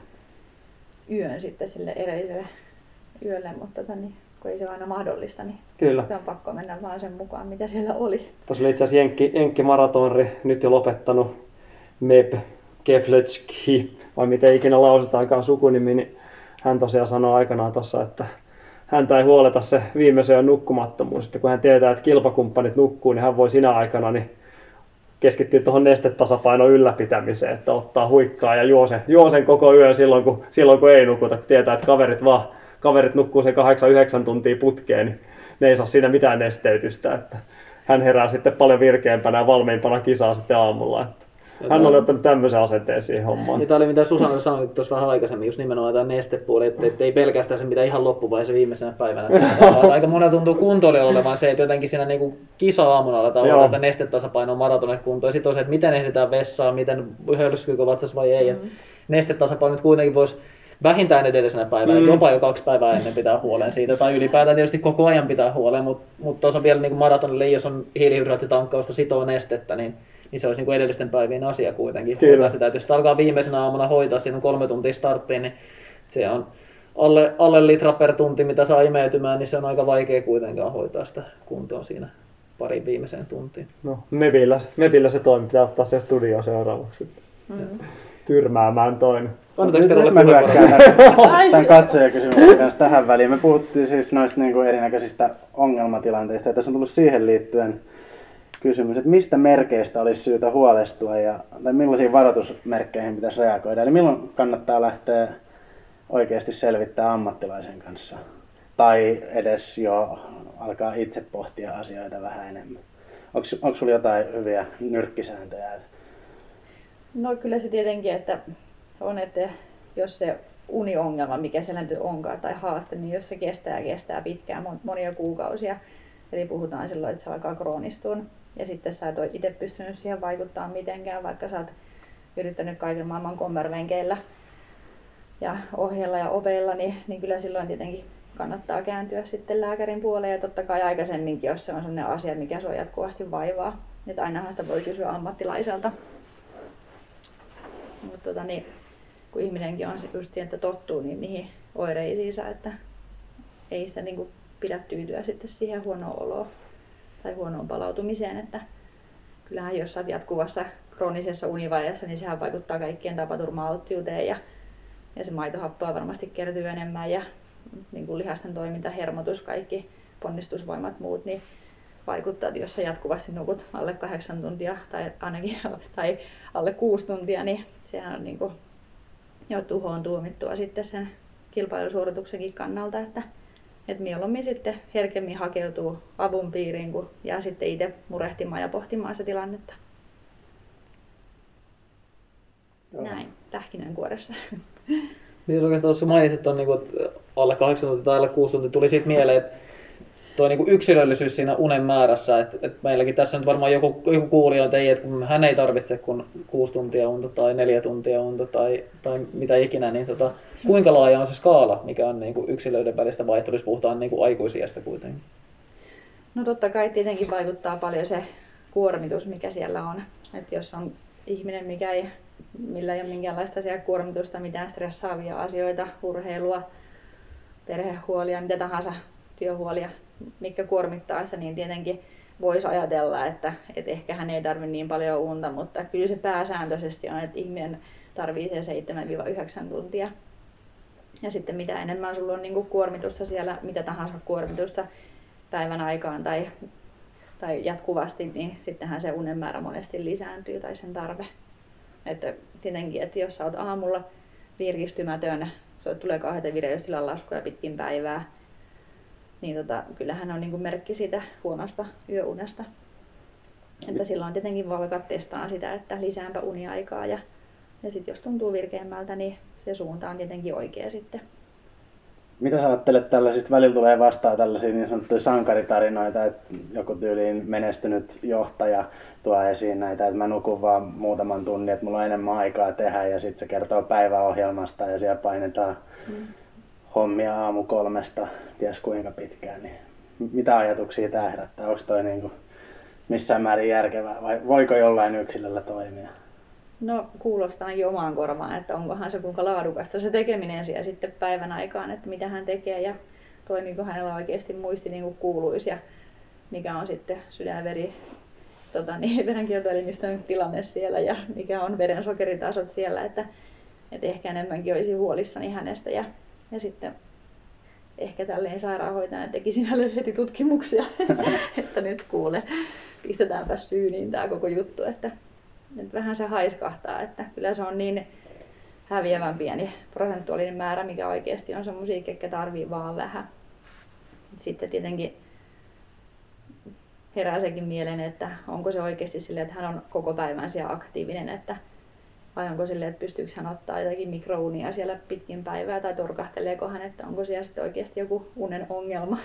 yön sitten sille edelliselle yölle, mutta niin, kun ei se ole aina mahdollista, niin kyllä. On pakko mennä vaan sen mukaan, mitä siellä oli. Tuossa oli itse asiassa Jenkki maratonri, nyt jo lopettanut Meb Kefletski, vai miten ikinä lausutaankaan sukunimi, niin hän tosiaan sanoi aikanaan tuossa, että häntä ei huoleta se viimeisen yön nukkumattomuus. Sitten kun hän tietää, että kilpakumppanit nukkuu, niin hän voi sinä aikana niin keskittyä tuohon nestetasapainon ylläpitämiseen, että ottaa huikkaa ja juo sen koko yön silloin kun ei nukuta. Kun tietää, että kaverit nukkuu sen 8-9 tuntia putkeen, niin ne ei saa siinä mitään nesteytystä. Että hän herää sitten paljon virkeämpänä ja valmiimpana kisaa sitten aamulla. Että hän oli ottanut tämmöisen asenteen siihen hommaan. Ja tämä oli mitä Susanna sanoi tuossa vähän aikaisemmin, just nimenomaan tämä nestepuoli, että ei pelkästään se mitä ihan loppuvaiheessa viimeisenä päivänä. Aika monella tuntuu kuntoilijoilla olevan se, että jotenkin siinä niinku kisa-aamuna aletaan olla sitä nestetasapainoa maratonille kuntoon. Ja sitten on se, että miten ehditään vessaan, miten hölskyykö vatsas vai ei. Nestetasapaino kuitenkin voisi vähintään edellisenä päivänä, jopa jo 2 päivää ennen pitää huolen siitä. Tai ylipäätään tietysti koko ajan pitää huolen, mutta tuossa vielä niin maratonille, jos on hiilihydraattitankkausta sitoo nestettä, niin se olisi niin edellisten päivien asia kuitenkin. Sitä, että jos alkaa viimeisenä aamuna hoitaa, siinä on 3 tuntia starttiin, niin se on alle litra per tunti, mitä saa imeytymään, niin se on aika vaikea kuitenkaan hoitaa sitä kuntoon siinä parin viimeiseen tuntiin. No, Mevillä se toimi, pitää ottaa se studio seuraavaksi. Tyrmäämään toinen. Nyt mä hyökkään tämän katsojakysymyksen kanssa tähän väliin. Me puhuttiin siis noista niin kuin erinäköisistä ongelmatilanteista ja tässä on tullut siihen liittyen kysymys, että mistä merkeistä olisi syytä huolestua tai millaisiin varoitusmerkkeihin pitäisi reagoida. Eli milloin kannattaa lähteä oikeasti selvittää ammattilaisen kanssa tai edes jo alkaa itse pohtia asioita vähän enemmän. Onko sulla jotain hyviä nyrkkisääntöjä? No kyllä se tietenkin, että jos se uniongelma, mikä se nyt onkaan, tai haaste, niin jos se kestää pitkään, monia kuukausia, eli puhutaan silloin, että se alkaa kroonistua, ja sitten sä et ole itse pystynyt siihen vaikuttamaan mitenkään, vaikka sä oot yrittänyt kaiken maailman kommervenkeillä ja ohjeilla ja opeilla, niin kyllä silloin tietenkin kannattaa kääntyä sitten lääkärin puoleen, ja totta kai aikaisemminkin, jos se on sellainen asia, mikä sua jatkuvasti vaivaa, että ainahan sitä voi kysyä ammattilaiselta. Mutta kun ihminenkin on just että tottuu niin niihin oireisiinsa, että ei sitä niin kuin pidä tyytyä sitten siihen huonoon oloon tai huonoon palautumiseen. Että kyllähän jos olet jatkuvassa kroonisessa univaiheessa, niin sehän vaikuttaa kaikkien tapaturma-alttiuteen ja se maitohappoa varmasti kertyy enemmän ja niin kuin lihasten toiminta, hermotus, kaikki ponnistusvoimat, muut, niin vaikuttaa, että jos sä jatkuvasti nukut alle 8 tuntia tai ainakin tai alle 6 tuntia, niin sehän on niin kuin jo tuhoon tuomittua sitten sen kilpailusuorituksenkin kannalta, että mieluummin sitten herkemmin hakeutuu avun piiriin, kun jää sitten itse murehtimaan ja pohtimaan sitä tilannetta. Näin, pähkinänkuoressa. Niin oikeastaan tuossa mainitsit, että on alle 8 tuntia tai alle 6 tuntia, tuli siitä mieleen, että tuo yksilöllisyys siinä unen määrässä, että meilläkin tässä nyt varmaan joku kuulija on teidän, että kun hän ei tarvitse kuin 6 tuntia unta tai 4 tuntia unta tai mitä ikinä, niin kuinka laaja on se skaala, mikä on yksilöiden välistä vaihtelua, jos puhutaan aikuisiästä kuitenkin? No totta kai tietenkin vaikuttaa paljon se kuormitus, mikä siellä on. Että jos on ihminen, millä ei ole minkäänlaista kuormitusta, mitään stressaavia asioita, urheilua, perhehuolia, mitä tahansa työhuolia, mitkä kuormittaa sitä, niin tietenkin voisi ajatella, että ehkä hän ei tarvitse niin paljon unta, mutta kyllä se pääsääntöisesti on, että ihminen tarvitsee 7-9 tuntia. Ja sitten mitä enemmän sulla on kuormitusta siellä, mitä tahansa kuormitusta päivän aikaan tai jatkuvasti, niin sittenhän se unen määrä monesti lisääntyy tai sen tarve. Että tietenkin, että jos sä oot aamulla virkistymätön, tulee kauheita vireystilan laskuja pitkin päivää, niin kyllähän on merkki siitä huonosta yöunesta. Että silloin tietenkin valkat testaa sitä, että lisäänpä uniaikaa ja sitten jos tuntuu virkeämmältä, niin se suunta on tietenkin oikea sitten. Mitä sä ajattelet tällaisista, välillä tulee vastaan tällaisia niin sanottuja sankaritarinoita, että joku tyyliin menestynyt johtaja tuo esiin näitä, että mä nukun vaan muutaman tunnin, että mulla on enemmän aikaa tehdä ja sitten se kertoo päiväohjelmasta ja siellä painetaan hommia aamu 3, ties kuinka pitkään. Niin mitä ajatuksia tämä herättää? Onko toi missään määrin järkevää vai voiko jollain yksilöllä toimia? No kuulostaa ainakin omaan korvaan, että onkohan se kuinka laadukasta se tekeminen siellä sitten päivän aikaan, että mitä hän tekee ja toimiiko hänellä oikeasti muisti niin kuin kuuluisi ja mikä on sitten sydänveri, verenkiertoelimistön tilanne siellä ja mikä on verensokeritasot siellä, että ehkä enemmänkin olisi huolissani hänestä ja sitten ehkä tälleen sairaanhoitajana tekisin hänelle heti tutkimuksia, että nyt kuule, pistetäänpä syyniin tämä koko juttu, että vähän se haiskahtaa, että kyllä se on niin häviävän pieni prosentuaalinen määrä, mikä oikeasti on semmoisia, ketkä tarvii vaan vähän. Sitten tietenkin herää sekin mieleen, että onko se oikeasti silleen, että hän on koko päivän siellä aktiivinen, että vai onko silleen, että pystyykö hän ottaa jotakin mikrounia siellä pitkin päivää tai torkahteleeko hän, että onko siellä sitten oikeasti joku unen ongelma.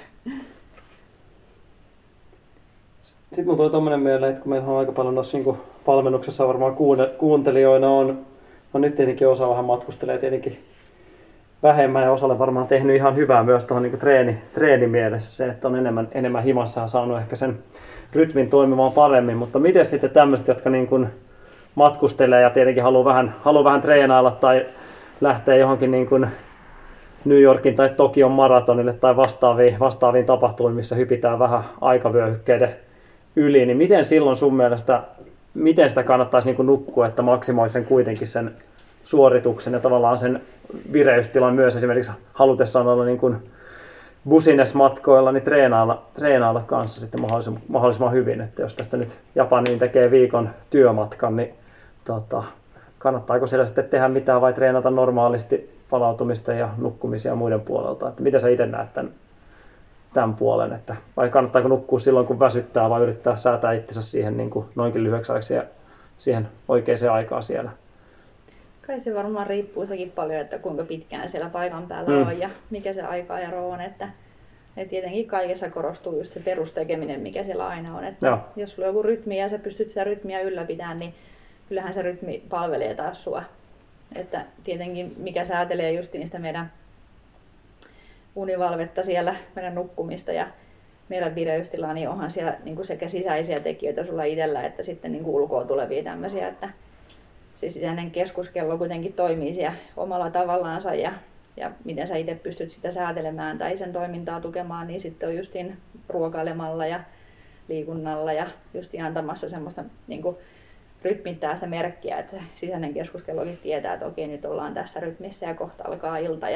Sitten mulla tuli tommonen mieleen, että kun meillä on aika paljon noissa valmennuksessa varmaan kuuntelijoina on nyt tietenkin osa vähän matkustelee tietenkin vähemmän ja osalle varmaan tehnyt ihan hyvää myös tuohon treenimielessä se, että on enemmän himassa ja saanut ehkä sen rytmin toimimaan paremmin, mutta miten sitten tämmöiset, jotka matkustelee ja tietenkin haluaa vähän treenailla tai lähtee johonkin New Yorkin tai Tokion maratonille tai vastaaviin tapahtumiin, missä hypitään vähän aikavyöhykkeiden yli, niin miten silloin sun mielestä, miten sitä kannattaisi nukkua, että maksimoisi sen kuitenkin sen suorituksen ja tavallaan sen vireystilan myös esimerkiksi halutessaan olla business-matkoilla, niin treenailla kanssa sitten mahdollisimman hyvin, että jos tästä nyt Japaniin tekee viikon työmatkan, niin kannattaako siellä sitten tehdä mitään vai treenata normaalisti palautumista ja nukkumisia muiden puolelta, että miten sä itse näet tämän puolen, että vai kannattaako nukkua silloin kun väsyttää vai yrittää säätää itsensä siihen noinkin lyhyeksi ajaksi ja siihen oikeaan aikaan siellä? Kai se varmaan riippuu sekin paljon, että kuinka pitkään siellä paikan päällä on ja mikä se aikaero on, että tietenkin kaikessa korostuu just se perustekeminen, mikä siellä aina on, että jos sulla on joku rytmi ja sä pystyt sitä rytmiä ylläpitämään, niin kyllähän se rytmi palvelee taas sua. Että tietenkin mikä säätelee justiin sitä meidän univalvetta siellä, meidän nukkumista ja meidän vireystilaa, niin onhan siellä sekä sisäisiä tekijöitä sulla itsellä, että sitten ulkoa tulevia tämmöisiä, että se sisäinen keskuskello kuitenkin toimii siellä omalla tavallaansa ja miten sä itse pystyt sitä säätelemään tai sen toimintaa tukemaan, niin sitten on justiin ruokailemalla ja liikunnalla ja justiin antamassa semmoista rytmittää sitä merkkiä, että sisäinen keskuskellokin tietää, että okei, nyt ollaan tässä rytmissä ja kohta alkaa ilta ja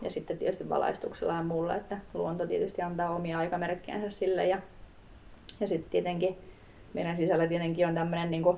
ja sitten tietysti valaistuksella ja muulla, että luonto tietysti antaa omia aikamerkkejänsä sille ja sitten tietenkin meidän sisällä tietenkin on tämmöinen niin kuin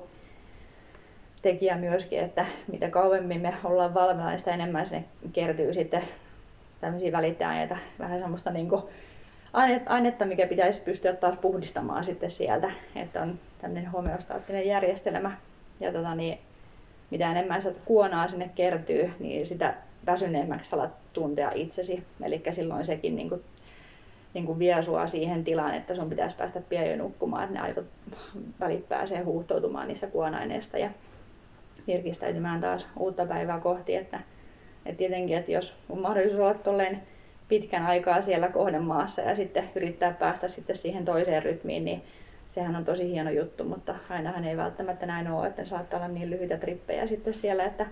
tekijä myöskin, että mitä kauemmin me ollaan valmiina, niin sitä enemmän sinne kertyy sitten tämmöisiä välittäjiä, vähän semmoista niin kuin ainetta, mikä pitäisi pystyä taas puhdistamaan sitten sieltä, että on tämmöinen homeostaattinen järjestelmä ja mitä enemmän sitä kuonaa sinne kertyy, niin sitä väsyneemmäksi alat tuntea itsesi, eli silloin sekin niin kuin vie sua siihen tilaan, että sun pitäisi päästä pian jo nukkumaan, että ne aivot välit pääsee huuhtoutumaan niistä kuonaineista ja virkistäytymään taas uutta päivää kohti, että tietenkin, että jos on mahdollisuus olla tolleen pitkän aikaa siellä kohdemaassa ja sitten yrittää päästä sitten siihen toiseen rytmiin, niin sehän on tosi hieno juttu, mutta ainahan ei välttämättä näin ole, että saattaa olla niin lyhyitä trippejä sitten siellä, että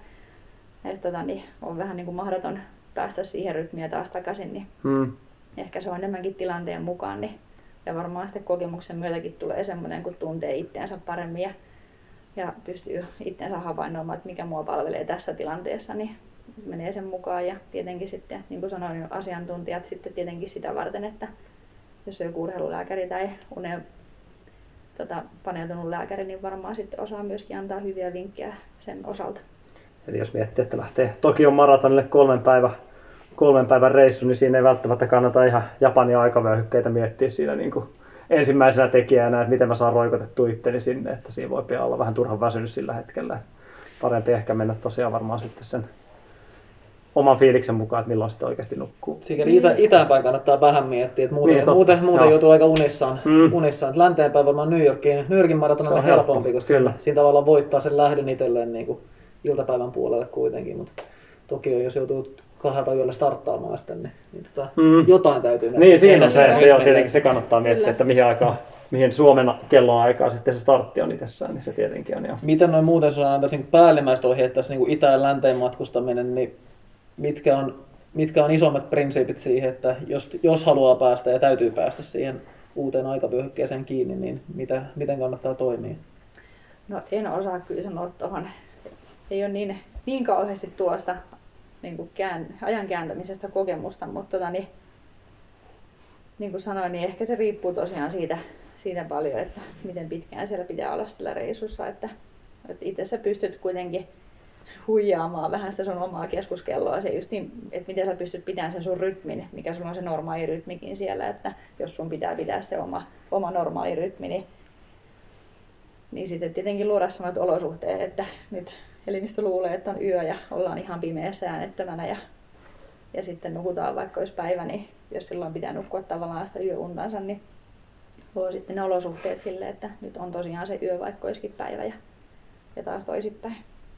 on vähän niin kuin mahdoton päästä siihen rytmiin taas takaisin, niin ehkä se on enemmänkin tilanteen mukaan, niin, ja varmaan sitten kokemuksen myötäkin tulee semmoinen, kun tuntee itseänsä paremmin ja pystyy itseänsä havainnoimaan, että mikä mua palvelee tässä tilanteessa, niin menee sen mukaan ja tietenkin sitten, niin kuin sanoin, asiantuntijat sitten tietenkin sitä varten, että jos on joku urheilulääkäri tai uneen paneutunut lääkäri, niin varmaan sitten osaa myöskin antaa hyviä vinkkejä sen osalta. Eli jos miettii, että lähtee Tokion maratonille 3 päivän reissu, niin siinä ei välttämättä kannata ihan Japanin aikavyöhykkeitä miettiä siinä niin kuin ensimmäisenä tekijänä, että miten mä saan roikotettua itteni sinne, että siinä voi olla vähän turhan väsynyt sillä hetkellä. Parempi ehkä mennä tosiaan varmaan sitten sen oman fiiliksen mukaan, että milloin sitten oikeasti nukkuu. Sikäli itäänpäin kannattaa vähän miettiä, että muuten joutuu aika unissaan. Länteenpäin varmaan New Yorkin maraton on helpompi, koska siinä tavallaan voittaa sen lähdön itselleen niin kuin iltapäivän puolelle kuitenkin, mutta toki jos joutuu 2 yöllä starttaamaan sitten, niin jotain täytyy nähdä. Niin, siinä on se, että tietenkin se kannattaa miettiä, että mihin Suomen kellonaikaa sitten se startti on itsessään, niin se tietenkin on jo. Miten noin muuten, jos antaisi niin päällimmäiset ohjeet tässä niin itä- ja länteen matkustaminen, niin mitkä on isommat prinsiipit siihen, että jos haluaa päästä ja täytyy päästä siihen uuteen aikavyöhykkeeseen kiinni, niin miten kannattaa toimia? No en osaa kyllä sanoa tuohon. Ei ole niin kauheasti tuosta niin kuin ajan kääntämisestä kokemusta, mutta niin kuin sanoin, niin ehkä se riippuu tosiaan siitä paljon, että miten pitkään siellä pitää olla sillä reissussa, että itse sä pystyt kuitenkin huijaamaan vähän sitä sun omaa keskuskelloa, se just niin, että miten sä pystyt pitämään sen sun rytmin, mikä sulla on se normaali rytmikin siellä, että jos sun pitää pitää se oma normaali rytmi, niin sitten tietenkin luoda sellaiset olosuhteet, että nyt elimistö luulee, että on yö ja ollaan ihan pimeässä äänettömänä ja sitten nukutaan vaikka olisi päivä, niin jos silloin pitää nukkua tavallaan sitä yöuntansa, niin luo sitten ne olosuhteet sille, että nyt on tosiaan se yö vaikka olisikin päivä ja taas toisinpäin.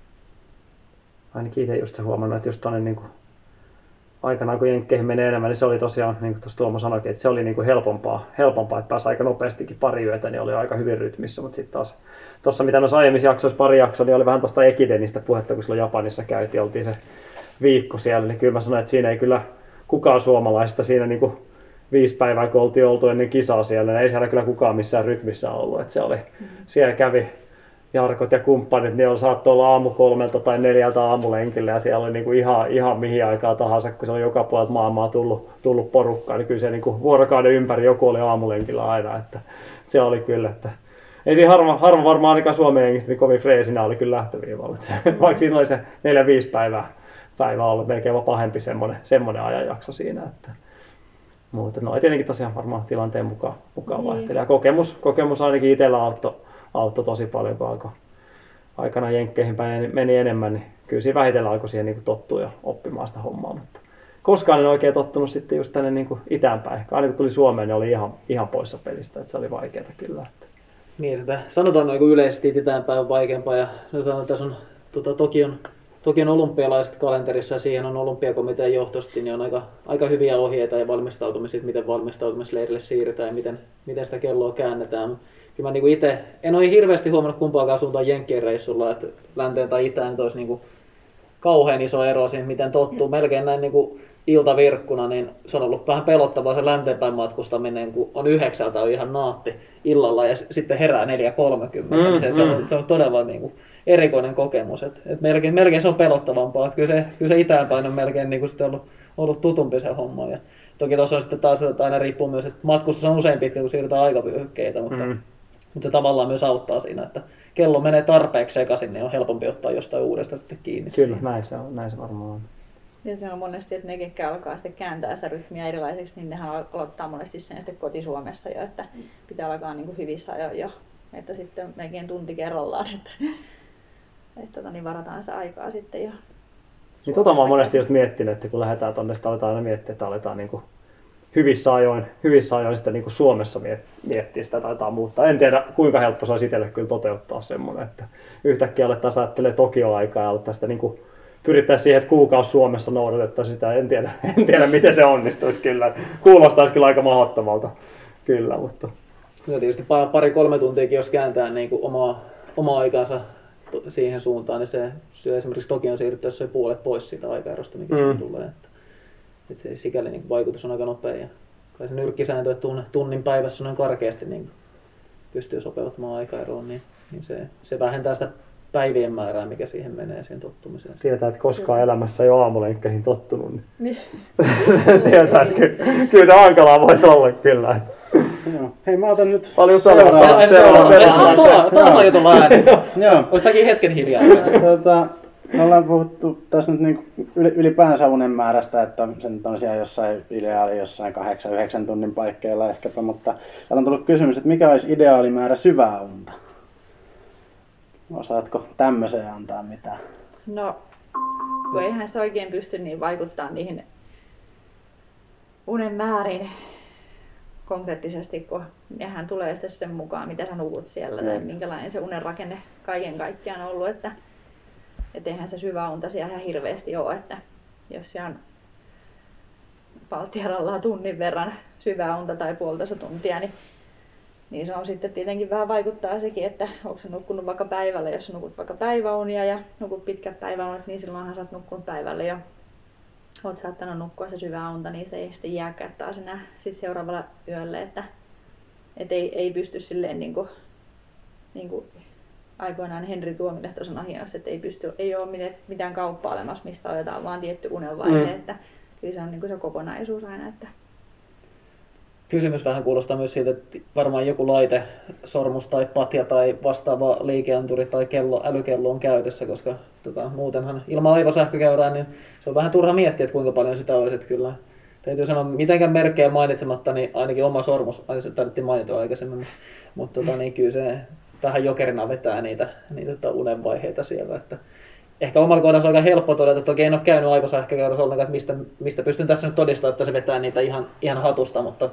Ainakin itse just se huomannut, että just tuonne niin aikanaan kun jenkkeihin menee enemmän, niin se oli tosiaan, niin kuin tuossa Tuomo sanoikin, että se oli niin kuin helpompaa, että pääsi aika nopeastikin pari yötä, niin oli aika hyvin rytmissä, mutta sitten taas tuossa mitä noissa aiemmissa jaksoissa pari jaksoa, niin oli vähän tuosta Ekidenistä puhetta, kun silloin Japanissa käytiin, oltiin se viikko siellä, niin kyllä mä sanoin, että siinä ei kyllä kukaan suomalaisista siinä niin kuin 5 päivää, kun oltiin oltu ennen kisaa siellä, niin ei siellä kyllä kukaan missään rytmissä ollut, että se oli, siellä kävi Jarkot ja kumppanit, niin saattoi olla aamu 3 tai 4 aamulenkillä ja siellä oli niinku ihan mihin aikaa tahansa, kun se oli joka puolelta maailmaa tullut porukkaa, niin kyllä se niinku vuorokauden ympäri joku oli aamulenkillä aina, että se oli kyllä, että ei siinä harva varmaan ainakaan Suomen jengistä niin kovin freesinä oli kyllä lähtöviivalla, vaikka siinä oli se 4-5 päivää ollut melkein pahempi semmoinen ajanjakso siinä, että mutta no tietenkin tosiaan varmaan tilanteen mukaan vaihtelee ja kokemus ainakin itsellä auttoi tosi paljon, kun aikana jenkkeihin meni enemmän, niin kyllä siinä vähitellen alkoi siihen niin kuin tottua ja oppimaan sitä hommaa. Mutta koskaan en oikein tottunut sitten just tänne niin kuin itäänpäin. Aina kun tuli Suomeen, niin oli ihan poissa pelistä, että se oli vaikeaa kyllä. Että. Niin, sitä sanotaan niin yleisesti itäänpäin on vaikeampaa. Ja tässä on Tokion olympialaiset kalenterissa ja siihen on olympiakomitean johtosti, niin on aika hyviä ohjeita ja valmistautumisia, miten valmistautumisleirille siirrytään ja miten sitä kelloa käännetään. Kyllä mä niin itse en ole hirveästi huomannut kumpaakaan suuntaan jenkkien reissulla, että länteen tai itään olisi niin kauhean iso ero siinä, miten tottuu. Melkein näin niin iltavirkkuna, niin se on ollut vähän pelottavaa se länteenpäin matkustaminen, kun on 9 on ihan naatti illalla ja sitten herää 4:30. Se on todella niin erikoinen kokemus. Et melkein se on pelottavampaa. Kyllä se itäänpäin on melkein niin sitten ollut tutumpi se homma. Ja toki tuossa on sitten taas, että aina riippuu myös, että matkustus on usein pitkä, kun siirrytään aikavyöhykkeitä, mutta se tavallaan myös auttaa siinä, että kello menee tarpeeksi sekaisin, niin on helpompi ottaa jostain uudesta sitten kiinni. Kyllä, näin se varmaan on. Ja se on monesti, että ne, ketkä alkaa sitten kääntää sitä rytmiä erilaisiksi, niin nehän aloittaa monesti sen sitten koti-Suomessa jo, että pitää alkaa niin kuin hyvissä ajoin jo, että sitten melkein tunti kerrallaan, että niin varataan sitä aikaa sitten jo. Niin mä oon monesti just miettinyt, että kun lähdetään tonne, sitten aletaan aina miettiä, että aletaan niin kuin hyvissä ajoin sitten niin kuin Suomessa miettiä sitä, taitaa muuttaa. En tiedä, kuinka helppo se olisi itselle kyllä toteuttaa semmoinen, että yhtäkkiä alettaisiin ajattelemaan Tokio-aikaa ja alettaisiin sitä niin kuin pyrittäisiin siihen, että kuukausi Suomessa noudatettaisiin sitä. En tiedä, miten se onnistuisi kyllä. Kuulostaisi kyllä aika mahdottomalta. Kyllä, mutta... Ja tietysti 2-3 tuntiakin, jos kääntää niin kuin omaa aikansa siihen suuntaan, niin se syö esimerkiksi Tokion siirryttäessä puolet pois siitä aikaerosta, mikä siitä tulee. Että se sikäli niin vaikutus on aika nopea. Ja kai se nyrkkisääntö, että tunnin päivässä noin karkeasti niin pystyy sopeutumaan aikaeroon, niin se vähentää sitä päivien määrää, mikä siihen menee, siihen tottumiseen. Tietää, että koskaan elämässä ei ole aamulenkkeihin tottunut. Niin. Tietää, että kyllä se hankalaa voisi olla kyllä. Joo. Hei, mä otan nyt Tuolla jutun äänessä. Olisi tämäkin hetken hiljaa. Me ollaan puhuttu tässä nyt niin ylipäänsä unen määrästä, että se nyt on siellä jossain ideaali jossain 8-9 tunnin paikkeilla ehkäpä, mutta täällä on tullut kysymys, että mikä olisi ideaalimäärä syvää unta? Osaatko tämmöiseen antaa mitään? No, kun eihän sitä oikein pysty niin vaikuttaa niihin unen määriin konkreettisesti, kun nehän tulee sitten sen mukaan, mitä sä nukut siellä tai minkälainen se unen rakenne kaiken kaikkiaan on ollut, että eihän se syvä unta siellä ihan hirveästi ole, että jos siellä on Baltiaralla tunnin verran syvää unta tai 1,5 tuntia, niin se on sitten tietenkin vähän vaikuttaa sekin, että onko se nukkunut vaikka päivällä, jos nukut vaikka päiväunia ja nukut pitkät päiväunet, niin silloinhan sä oot nukkunut päivällä jo. Oot saattanut nukkua se syvää unta, niin se ei sitten jääkään taas enää sit seuraavalla yölle, että ei pysty silleen niin kuin aikoinaan Henri Tuomilehto sanoi hienosti, että ei ole mitään kauppaa olemassa, mistä otetaan vaan tietty unelvaihe, että kyllä se on niin kuin se kokonaisuus aina, että Kysymys vähän kuulostaa myös siitä, että varmaan joku laite, sormus tai patja tai vastaava liikeanturi tai älykello on käytössä, koska muutenhan ilman aivosähkökäyrää niin se on vähän turha miettiä, että kuinka paljon sitä olisi. Että kyllä täytyy sanoa, mitenkään merkkejä mainitsematta, niin ainakin oma sormus, se tarvittiin mainita aikaisemmin, mutta niin kyllä se vähän jokerina vetää niitä unenvaiheita siellä. Että ehkä omalla kohdalla on aika helppo todeta, että en ole käynyt aivosähkökäyrässä ollenkaan, että mistä pystyn tässä nyt todistamaan, että se vetää niitä ihan hatusta, mutta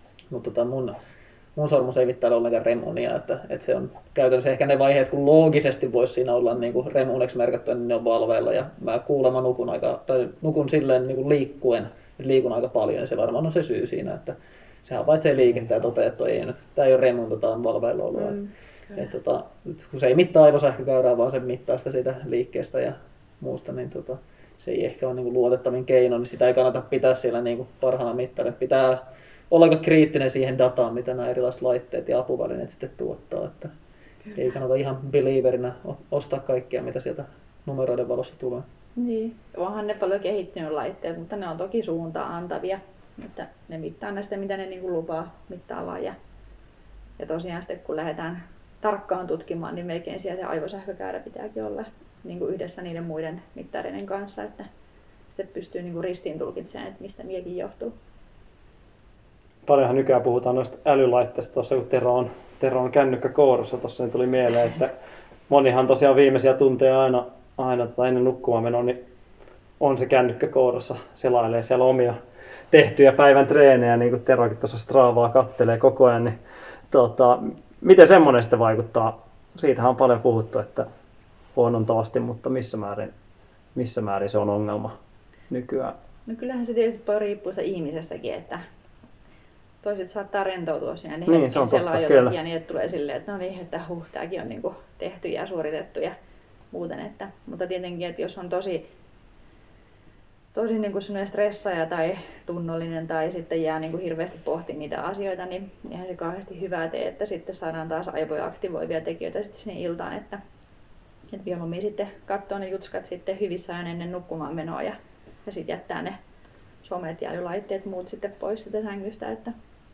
mun sormus ei vittaa ollenkaan remunia, että se on käytännössä ehkä ne vaiheet, kun loogisesti voisi siinä olla niin kuin remuneksi merkattu, niin ne on valveilla ja mä kuulemma nukun silleen niin kuin liikkuen, että liikun aika paljon ja se varmaan on se syy siinä, että se havaitsee liikettä ja toteaa, että tämä ei ole remunta, tämä on valveilla ollut. Kun se ei mittaa aivosähkökäyrää, vaan se mittaa sitä siitä liikkeestä ja muusta, niin se ei ehkä ole niin kuin luotettavin keino, niin sitä ei kannata pitää siellä niin kuin parhaana mittarina. Pitää olla aika kriittinen siihen dataan, mitä nämä erilaiset laitteet ja apuvälineet sitten tuottaa. Että ei kannata ihan believerinä ostaa kaikkea, mitä sieltä numeroiden valossa tulee. Niin, onhan ne paljon kehittynyt laitteet, mutta ne on toki suuntaan antavia. Että ne mittaa näistä, mitä ne niin kuin lupaa mittaamaan. Ja tosiaan sitten kun lähdetään tarkkaan tutkimaan, niin melkein siellä se aivosähkökäyrä pitääkin olla niin kuin yhdessä niiden muiden mittareiden kanssa, että sitten pystyy niin kuin ristiin tulkitsemaan, että mistä mikin johtuu. Paljonhan nykyään puhutaan noista älylaitteista, tuossa kun Tero on kännykkäkourassa, tuossa niin tuli mieleen, että monihan tosiaan viimeisiä tunteja aina ennen nukkumaan menoa, niin on se kännykkäkourassa, selailee siellä omia tehtyjä päivän treenejä, niin kuin Terokin tuossa Stravaa kattelee koko ajan, niin miten semmoinen sitten vaikuttaa? Siitähän on paljon puhuttu, että huonontavasti, mutta missä määrin se on ongelma nykyään? No kyllähän se tietysti paljon riippuu ihmisestäkin, että toiset saattaa rentoutua siinä, niin hetken selaa jotenkin ja niin, että tulee silleen, että no niin, että tämäkin on niinku tehty ja suoritettu ja muuten. Mutta tietenkin, että jos on tosi niinku semmoinen stressaaja tai tunnollinen tai sitten jää niinku hirveästi pohtimaan niitä asioita, niin eihän se kauheasti hyvää tee, että sitten saadaan taas aivoja aktivoivia tekijöitä sitten sinne iltaan, että mieluummin sitten katsoo ne jutskat sitten hyvissä ajan ennen nukkumaan menoa ja sitten jättää ne somet ja älylaitteet muut sitten pois sitä sängystä, että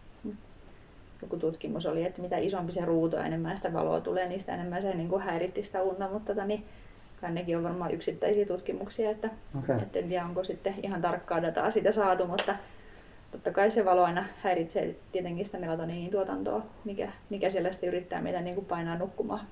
joku tutkimus oli, että mitä isompi se ruutu ja enemmän sitä valoa tulee, niin sitä enemmän se niin kuin häiritti sitä unta, mutta niin, kai nekin on varmaan yksittäisiä tutkimuksia, että en tiedä onko sitten ihan tarkkaa dataa siitä saatu, mutta totta kai se valo aina häiritsee tietenkin sitä melatoniinin tuotantoa, mikä siellä sitten yrittää meitä niin kuin painaa nukkumaan.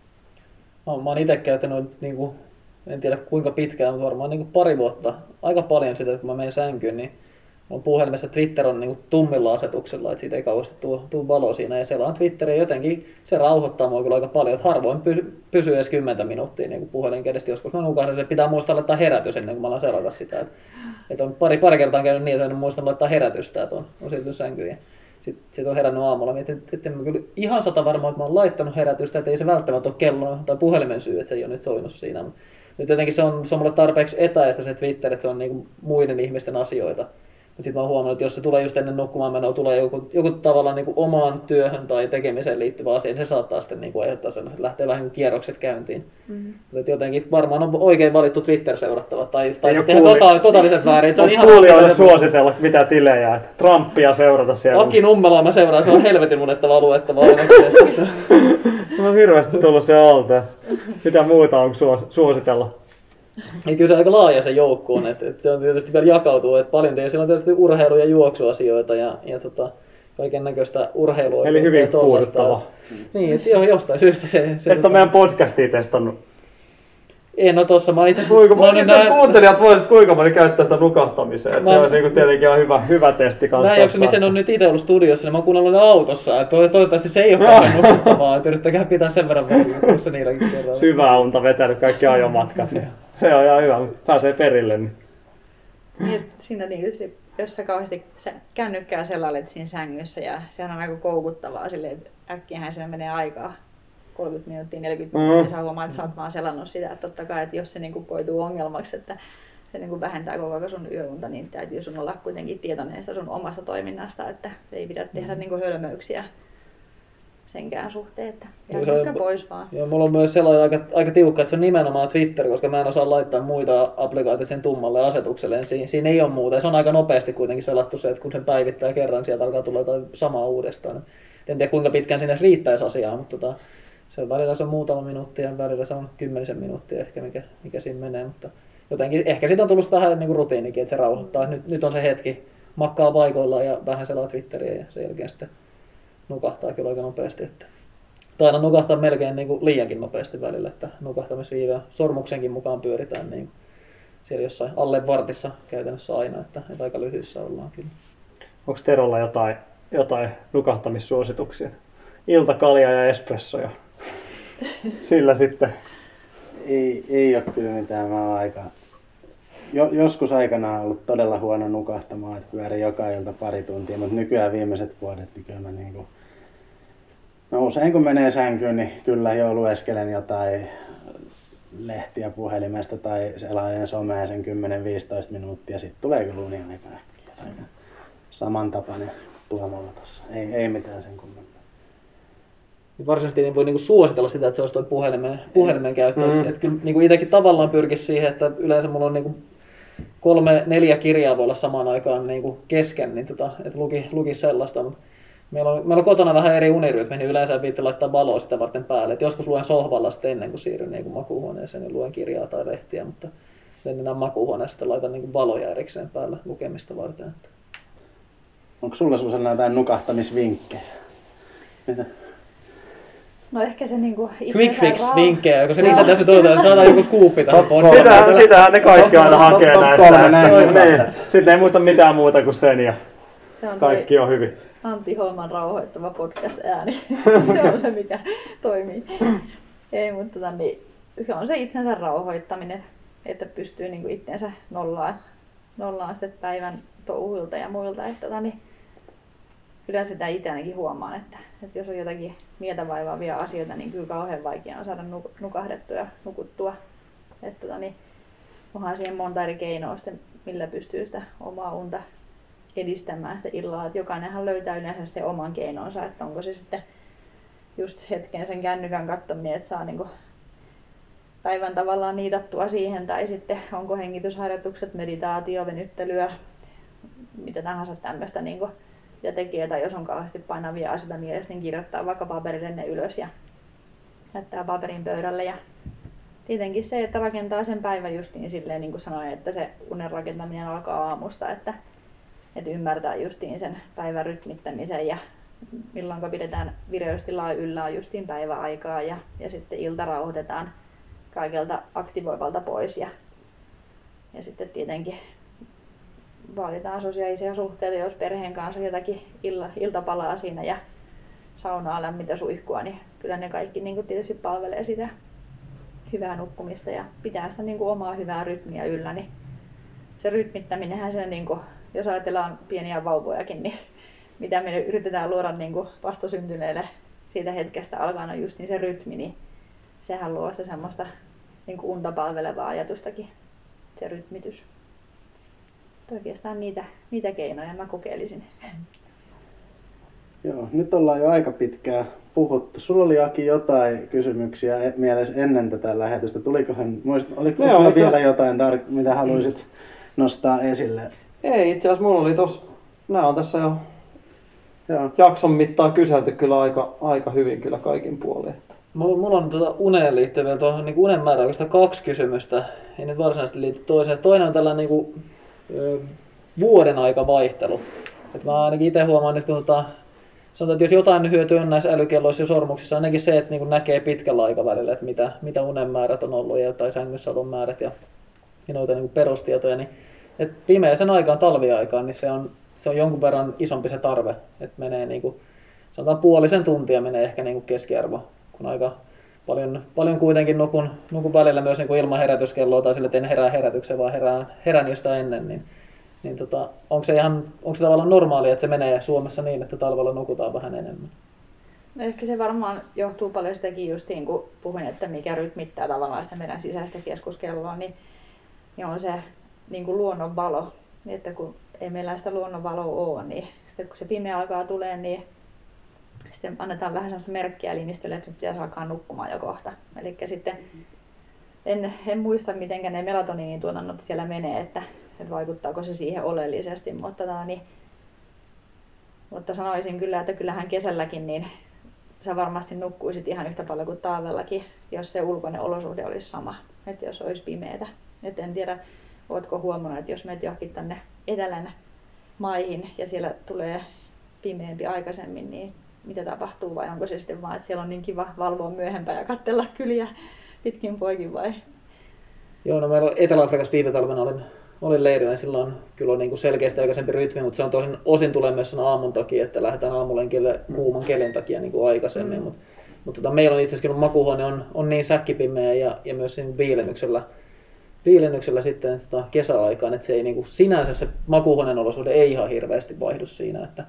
Mä oon itse käyttänyt, niin kuin, en tiedä kuinka pitkään, mutta varmaan niin kuin pari vuotta, aika paljon sitä, että kun mä menen sänkyyn, niin mun puhelimessa Twitter on niin kuin tummilla asetuksella, että siitä ei kauheasti tuu valo siinä. Ja selaan Twitteriä jotenkin, se rauhoittaa mua kyllä aika paljon, että harvoin pysyy edes 10 minuuttia niin kuin puhelin kädestä. Joskus mä nukahdan, että pitää muistaa laittaa herätys ennen kuin mä alan selata sitä. Että on pari kertaa käynyt niin, että en muista laittaa herätystä, että on siirtynyt sänkyyn. Sitten on herännyt aamulla, mietin, että en mä kyllä ihan 100% varmaan, että mä oon laittanut herätystä, että ei se välttämättä ole kello tai puhelimen syy, että se ei ole nyt soinut siinä. Nyt jotenkin se on mulle tarpeeksi etäistä se Twitter, että se on niinku muiden ihmisten asioita. Sitten mä oon huomannut, että jos se tulee just ennen nukkumaan menoa, tulee joku tavallaan niinku omaan työhön tai tekemiseen liittyvä asia, niin se saattaa sitten niinku aiheuttaa sellaiset, että lähtee vähän kierrokset käyntiin. Että jotenkin varmaan on oikein valittu Twitter-seurattava tai sitten ihan totaalisen väärin. Onko kuulijoille suositella mitä tilejä, että Trumpia seurata siellä? Aki Nummelaa mä seuraan, se on helvetin luettavaa luettavaa. Mä oon hirveästi tullut se alta. Mitä muuta on suositella? Ja kyllä se aika laaja se joukko on, että se on tietysti vielä jakautuu, että paljon siellä on tietysti urheilu- ja juoksuasioita ja kaiken näköistä urheilua. Eli hyvin puuduttava. Niin, että jostain syystä se et ole meidän podcastia testannut. En ole tossa, mä itse... Kuuntelijat voisit kuinka moni käyttää sitä nukahtamiseen, se olisi niin tietenkin ihan hyvä testi kanssa. Mä jaksamisen on nyt itse ollut studiossa, niin mä oon kuunnellut ne autossa, että toivottavasti se ei ole kauhean nukuttavaa, että yrittäkää pitää sen verran väliä, se niilläkin kerralla. Syvää unta vetänyt kaikki ajomatkat, niin se on ihan hyvä, pääsee perille. Niin, siinä tietysti, jos sä kauheasti kännykkää sellailet siinä sängyssä ja sehän on aika koukuttavaa silleen, että äkkiähän siinä menee aikaa. 30 minuuttia, 40 minuuttia, sä huomaat, että sä oot vaan selannut sitä, että totta kai, että jos se niinku koituu ongelmaksi, että se niinku vähentää koko ajan sun yöunta, niin täytyy sun olla kuitenkin tietoinen sitä sun omasta toiminnasta, että ei pidä tehdä niinku hölmöyksiä senkään suhteen, että jää pois vaan. Joo, mulla on myös sellainen aika tiukka, että se on nimenomaan Twitter, koska mä en osaa laittaa muita applikaatioita sen tummalle asetukselle, siinä ei ole muuta, ja se on aika nopeasti kuitenkin selattu se, että kun sen päivittää kerran, sieltä alkaa tulla jotain samaa uudestaan. En tiedä kuinka pitkään sinne riittäisi asiaa, mutta se on välillä se on muutama minuutti ja välillä se on 10 minuuttia ehkä mikä siinä menee, mutta jotenkin ehkä siitä on tullut vähän niin kuin rutiinikin, että se rauhoittaa. Nyt on se hetki, makkaa paikoillaan ja vähän selaa Twitteriä ja sen jälkeen sitten nukahtaa kyllä aika nopeasti. Että aina nukahtaa melkein niin kuin liiankin nopeasti välillä, että nukahtamisviiveä sormuksenkin mukaan pyöritään niin siellä jossain alle vartissa käytännössä aina, että aika lyhyissä ollaan kyllä. Onko Terolla jotain nukahtamissuosituksia? Iltakalja ja espressoja. Sillä sitten. Ei ole kyllä mitään. Mä oon joskus aikanaan ollut todella huono nukahtamaan, että pyörin joka ilta pari tuntia, mutta nykyään viimeiset vuodet, niin kyllä mä usein kun menee sänkyyn, niin kyllä jo lueskelen jotain lehtiä puhelimesta tai selailen somea sen 10-15 minuuttia, sitten tulee kyllä uni aika samantapainen Tuomolla tossa. Ei mitään sen kummempaa. Varsinaisesti ei voi niinku suositella sitä, että se olisi tuo puhelimen käyttö. Et kyllä niinku itsekin tavallaan pyrkisi siihen, että yleensä mulla on niinku 3-4 kirjaa voi olla samaan aikaan niinku kesken, niin että lukisi sellaista. Mutta meillä on kotona vähän eri unirytmi, niin yleensä viitti laittaa valoa sitä varten päälle. Et joskus luen sohvalla sitten ennen kuin siirryn niinku makuuhuoneeseen, niin luen kirjaa tai lehtiä, mutta ennen makuuhuoneesta laitan niinku valoja erikseen päälle lukemista varten. Onko sulla Susanna jotain nukahtamisvinkkejä? Mitä? No ehkä se niinku quick fix vinkkejä, kun se niitä tässä toivotaan, saadaan joku skuuppi tähän podcastiin. Sitähän ne kaikki aina hakee näistä. Sitten ei muista mitään muuta kuin sen ja kaikki on hyvin. Antti Holman rauhoittava podcast-ääni. Se on se, mikä toimii. Ei, mutta niin, se on se itsensä rauhoittaminen, että pystyy niinku itsensä nollaan sitten päivän touhuilta ja muilta. Että niin, kyllä sitä itse ainakin huomaan, että jos on jotakin mieltä vaivaavia asioita, niin kyllä kauhean vaikea on saada nukahdettua ja nukuttua. Että niin, onhan siihen monta eri keinoa, millä pystyy sitä omaa unta edistämään sitä illalla. Että jokainenhan löytää yleensä se oman keinonsa, että onko se sitten just hetken sen kännykän katsominen, että saa niinku päivän tavallaan niitattua siihen, tai sitten onko hengitysharjoitukset, meditaatio, venyttelyä, mitä tahansa tämmöistä niin kuin, ja tekee, tai jos on kauheasti painavia asioita mielessä, niin kirjoittaa vaikka paperille ne ylös ja jättää paperin pöydälle. Ja tietenkin se, että rakentaa sen päivän justiin silleen, niin kuin sanoin, että se unen rakentaminen alkaa aamusta, että ymmärtää justiin sen päivän rytmittämisen ja milloin pidetään vireystilaa yllä on justiin päiväaikaa ja sitten ilta rauhoitetaan kaikelta aktivoivalta pois ja sitten tietenkin vaaditaan sosiaalisia suhteita, jos perheen kanssa jotakin iltapalaa siinä ja saunaa, lämmintä suihkua, niin kyllä ne kaikki niin kuin tietysti palvelee sitä hyvää nukkumista ja pitää sitä niin kuin omaa hyvää rytmiä yllä, niin se rytmittäminenhän se, niin kuin, jos ajatellaan pieniä vauvojakin, niin mitä me yritetään luoda niin kuin vastasyntyneille siitä hetkestä alkaen on just niin se rytmi, niin sehän luo se semmoista niin kuin unta palvelevaa ajatustakin, se rytmitys. Oikeastaan niitä keinoja mä kokeilisin. Joo, nyt ollaan jo aika pitkään puhuttu. Sulla oli Aki jotain kysymyksiä mielessä ennen tätä lähetystä. Oliko sulla vielä jotain, mitä haluaisit nostaa esille? Ei, itse asiassa mulla oli nämä on tässä jo jakson mittaan kyselty kyllä aika hyvin kyllä kaikin puolin. Mulla on uneen liittyen vielä tuohon niin unen määrään oikeastaan 2 kysymystä. Ei nyt varsinaisesti liity toiseen. Toinen on tällainen niin kuin, vuoden aikavaihtelu. Et mä ainakin itse huomaan, että kun sanotaan, että jos jotain hyötyä on näissä älykelloissa ja sormuksissa, ainakin se, että niin näkee pitkällä aikavälillä, että mitä unen määrät on ollut ja tai sängyssäolon määrät ja noita niin perustietoja. Niin, että pimeäisen aikaan, talviaikaan, niin se on jonkun verran isompi se tarve. Että menee niin kuin, sanotaan puolisen tuntia menee ehkä niin kuin keskiarvo, kun aika paljon kuitenkin nukun välillä myös niin kuin ilman herätyskelloa tai sille, että en herää herätykseen, vaan herään jostain ennen. Niin onko se tavallaan normaalia, että se menee Suomessa niin, että talvella nukutaan vähän enemmän? No ehkä se varmaan johtuu paljon sitäkin justiin, kun puhuin, että mikä rytmittää tavallaan sitä meidän sisäistä keskuskelloa, niin on se niin kuin luonnonvalo. Että kun ei meillä sitä luonnonvaloa ole, niin sitten kun se pimeä alkaa tulee, niin sitten annetaan vähän sellaista merkkiä elimistölle, että nyt pitäisi alkaa nukkumaan jo kohta. Eli sitten en muista, miten ne melatoniinituotannot siellä menee, että vaikuttaako se siihen oleellisesti, mutta sanoisin kyllä, että kyllähän kesälläkin niin sä varmasti nukkuisit ihan yhtä paljon kuin talvellakin, jos se ulkoinen olosuhde olisi sama, että jos olisi pimeätä. Et en tiedä, ootko huomannut, että jos menet johonkin tänne etelän maihin ja siellä tulee pimeämpi aikaisemmin, niin mitä tapahtuu vai onko se sitten vaan, että siellä on niin kiva valvoa myöhempään ja katsella kyliä pitkin poikin vai? Joo, no meillä Etelä-Afrikassa viime talvena olin leirillä, niin silloin kyllä on niin kuin selkeästi aikaisempi rytmi, mutta se on osin tulee myös sen aamun takia, että lähdetään aamulenkille kuuman kelen takia niin kuin aikaisemmin. Mutta meillä on itse asiassa makuuhuone on niin säkkipimeä ja myös siinä viilennyksellä sitten kesäaikaan, että se ei niin kuin, sinänsä se makuuhuoneen olosuhde ei ihan hirveästi vaihdu siinä, että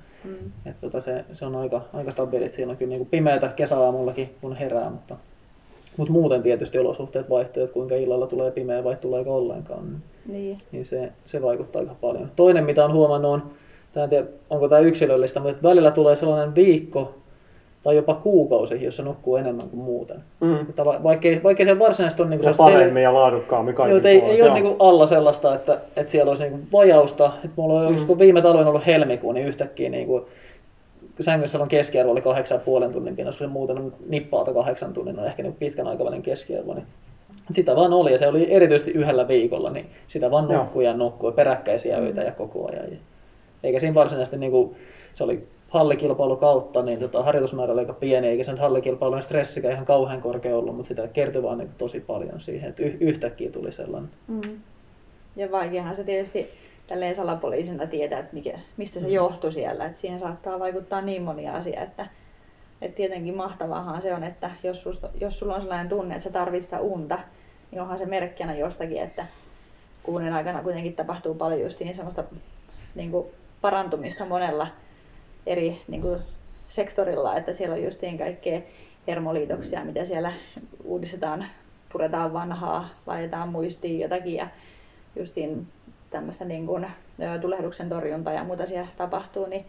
se on aika stabiili, että siinä on kyllä niin kuin pimeätä kesäaamullakin kun herää, mutta muuten tietysti olosuhteet vaihtuu, että kuinka illalla tulee pimeä vai tuleeko ollenkaan. Niin se vaikuttaa aika paljon. Toinen mitä on huomannut en tiedä onko tämä yksilöllistä, mutta välillä tulee sellainen viikko tai jopa kuukausi, jossa nukkuu enemmän kuin muuten. Vaikkei se varsinaisesti ole... Ja paremmin ja laadukkaammin kaikki puolet. Ei ole niin alla sellaista, että siellä olisi niin vajausta. Että mulla on kun viime talven ollut helmikuu, niin yhtäkkiä niin sängyssä on keskiarvo oli 8,5 tunnin pinnassa, kun se muuten on nippaalta 8 tunnin, on ehkä niin pitkän aikavälin keskiarvo. Niin sitä vaan oli, ja se oli erityisesti yhdellä viikolla, niin sitä vaan nukkui peräkkäisiä öitä ja koko ajan. Eikä siinä varsinaisesti, niin kuin, se oli hallikilpailu kautta, niin harjoitusmäärä oli aika pieni, eikä se nyt hallikilpailun stressikään ihan kauhean korkea ollut, mutta sitä kertoi vaan niin tosi paljon siihen, että yhtäkkiä tuli sellainen. Ja vaikeahan se tietysti tälleen salapoliisina tietää, että mistä se johtui siellä, että siihen saattaa vaikuttaa niin monia asiaa, että tietenkin mahtavaahan se on, että jos sulla on sellainen tunne, että sä tarvitset unta, niin onhan se merkkinä jostakin, että kuuden aikana kuitenkin tapahtuu paljon justiin semmoista niin kuin parantumista monella eri niin kuin sektorilla, että siellä on justiin kaikkea hermoliitoksia, mitä siellä uudistetaan, puretaan vanhaa, laitetaan muistiin jotakin ja justiin tämmöistä niin kuin tulehduksen torjuntaa ja muuta siellä tapahtuu, niin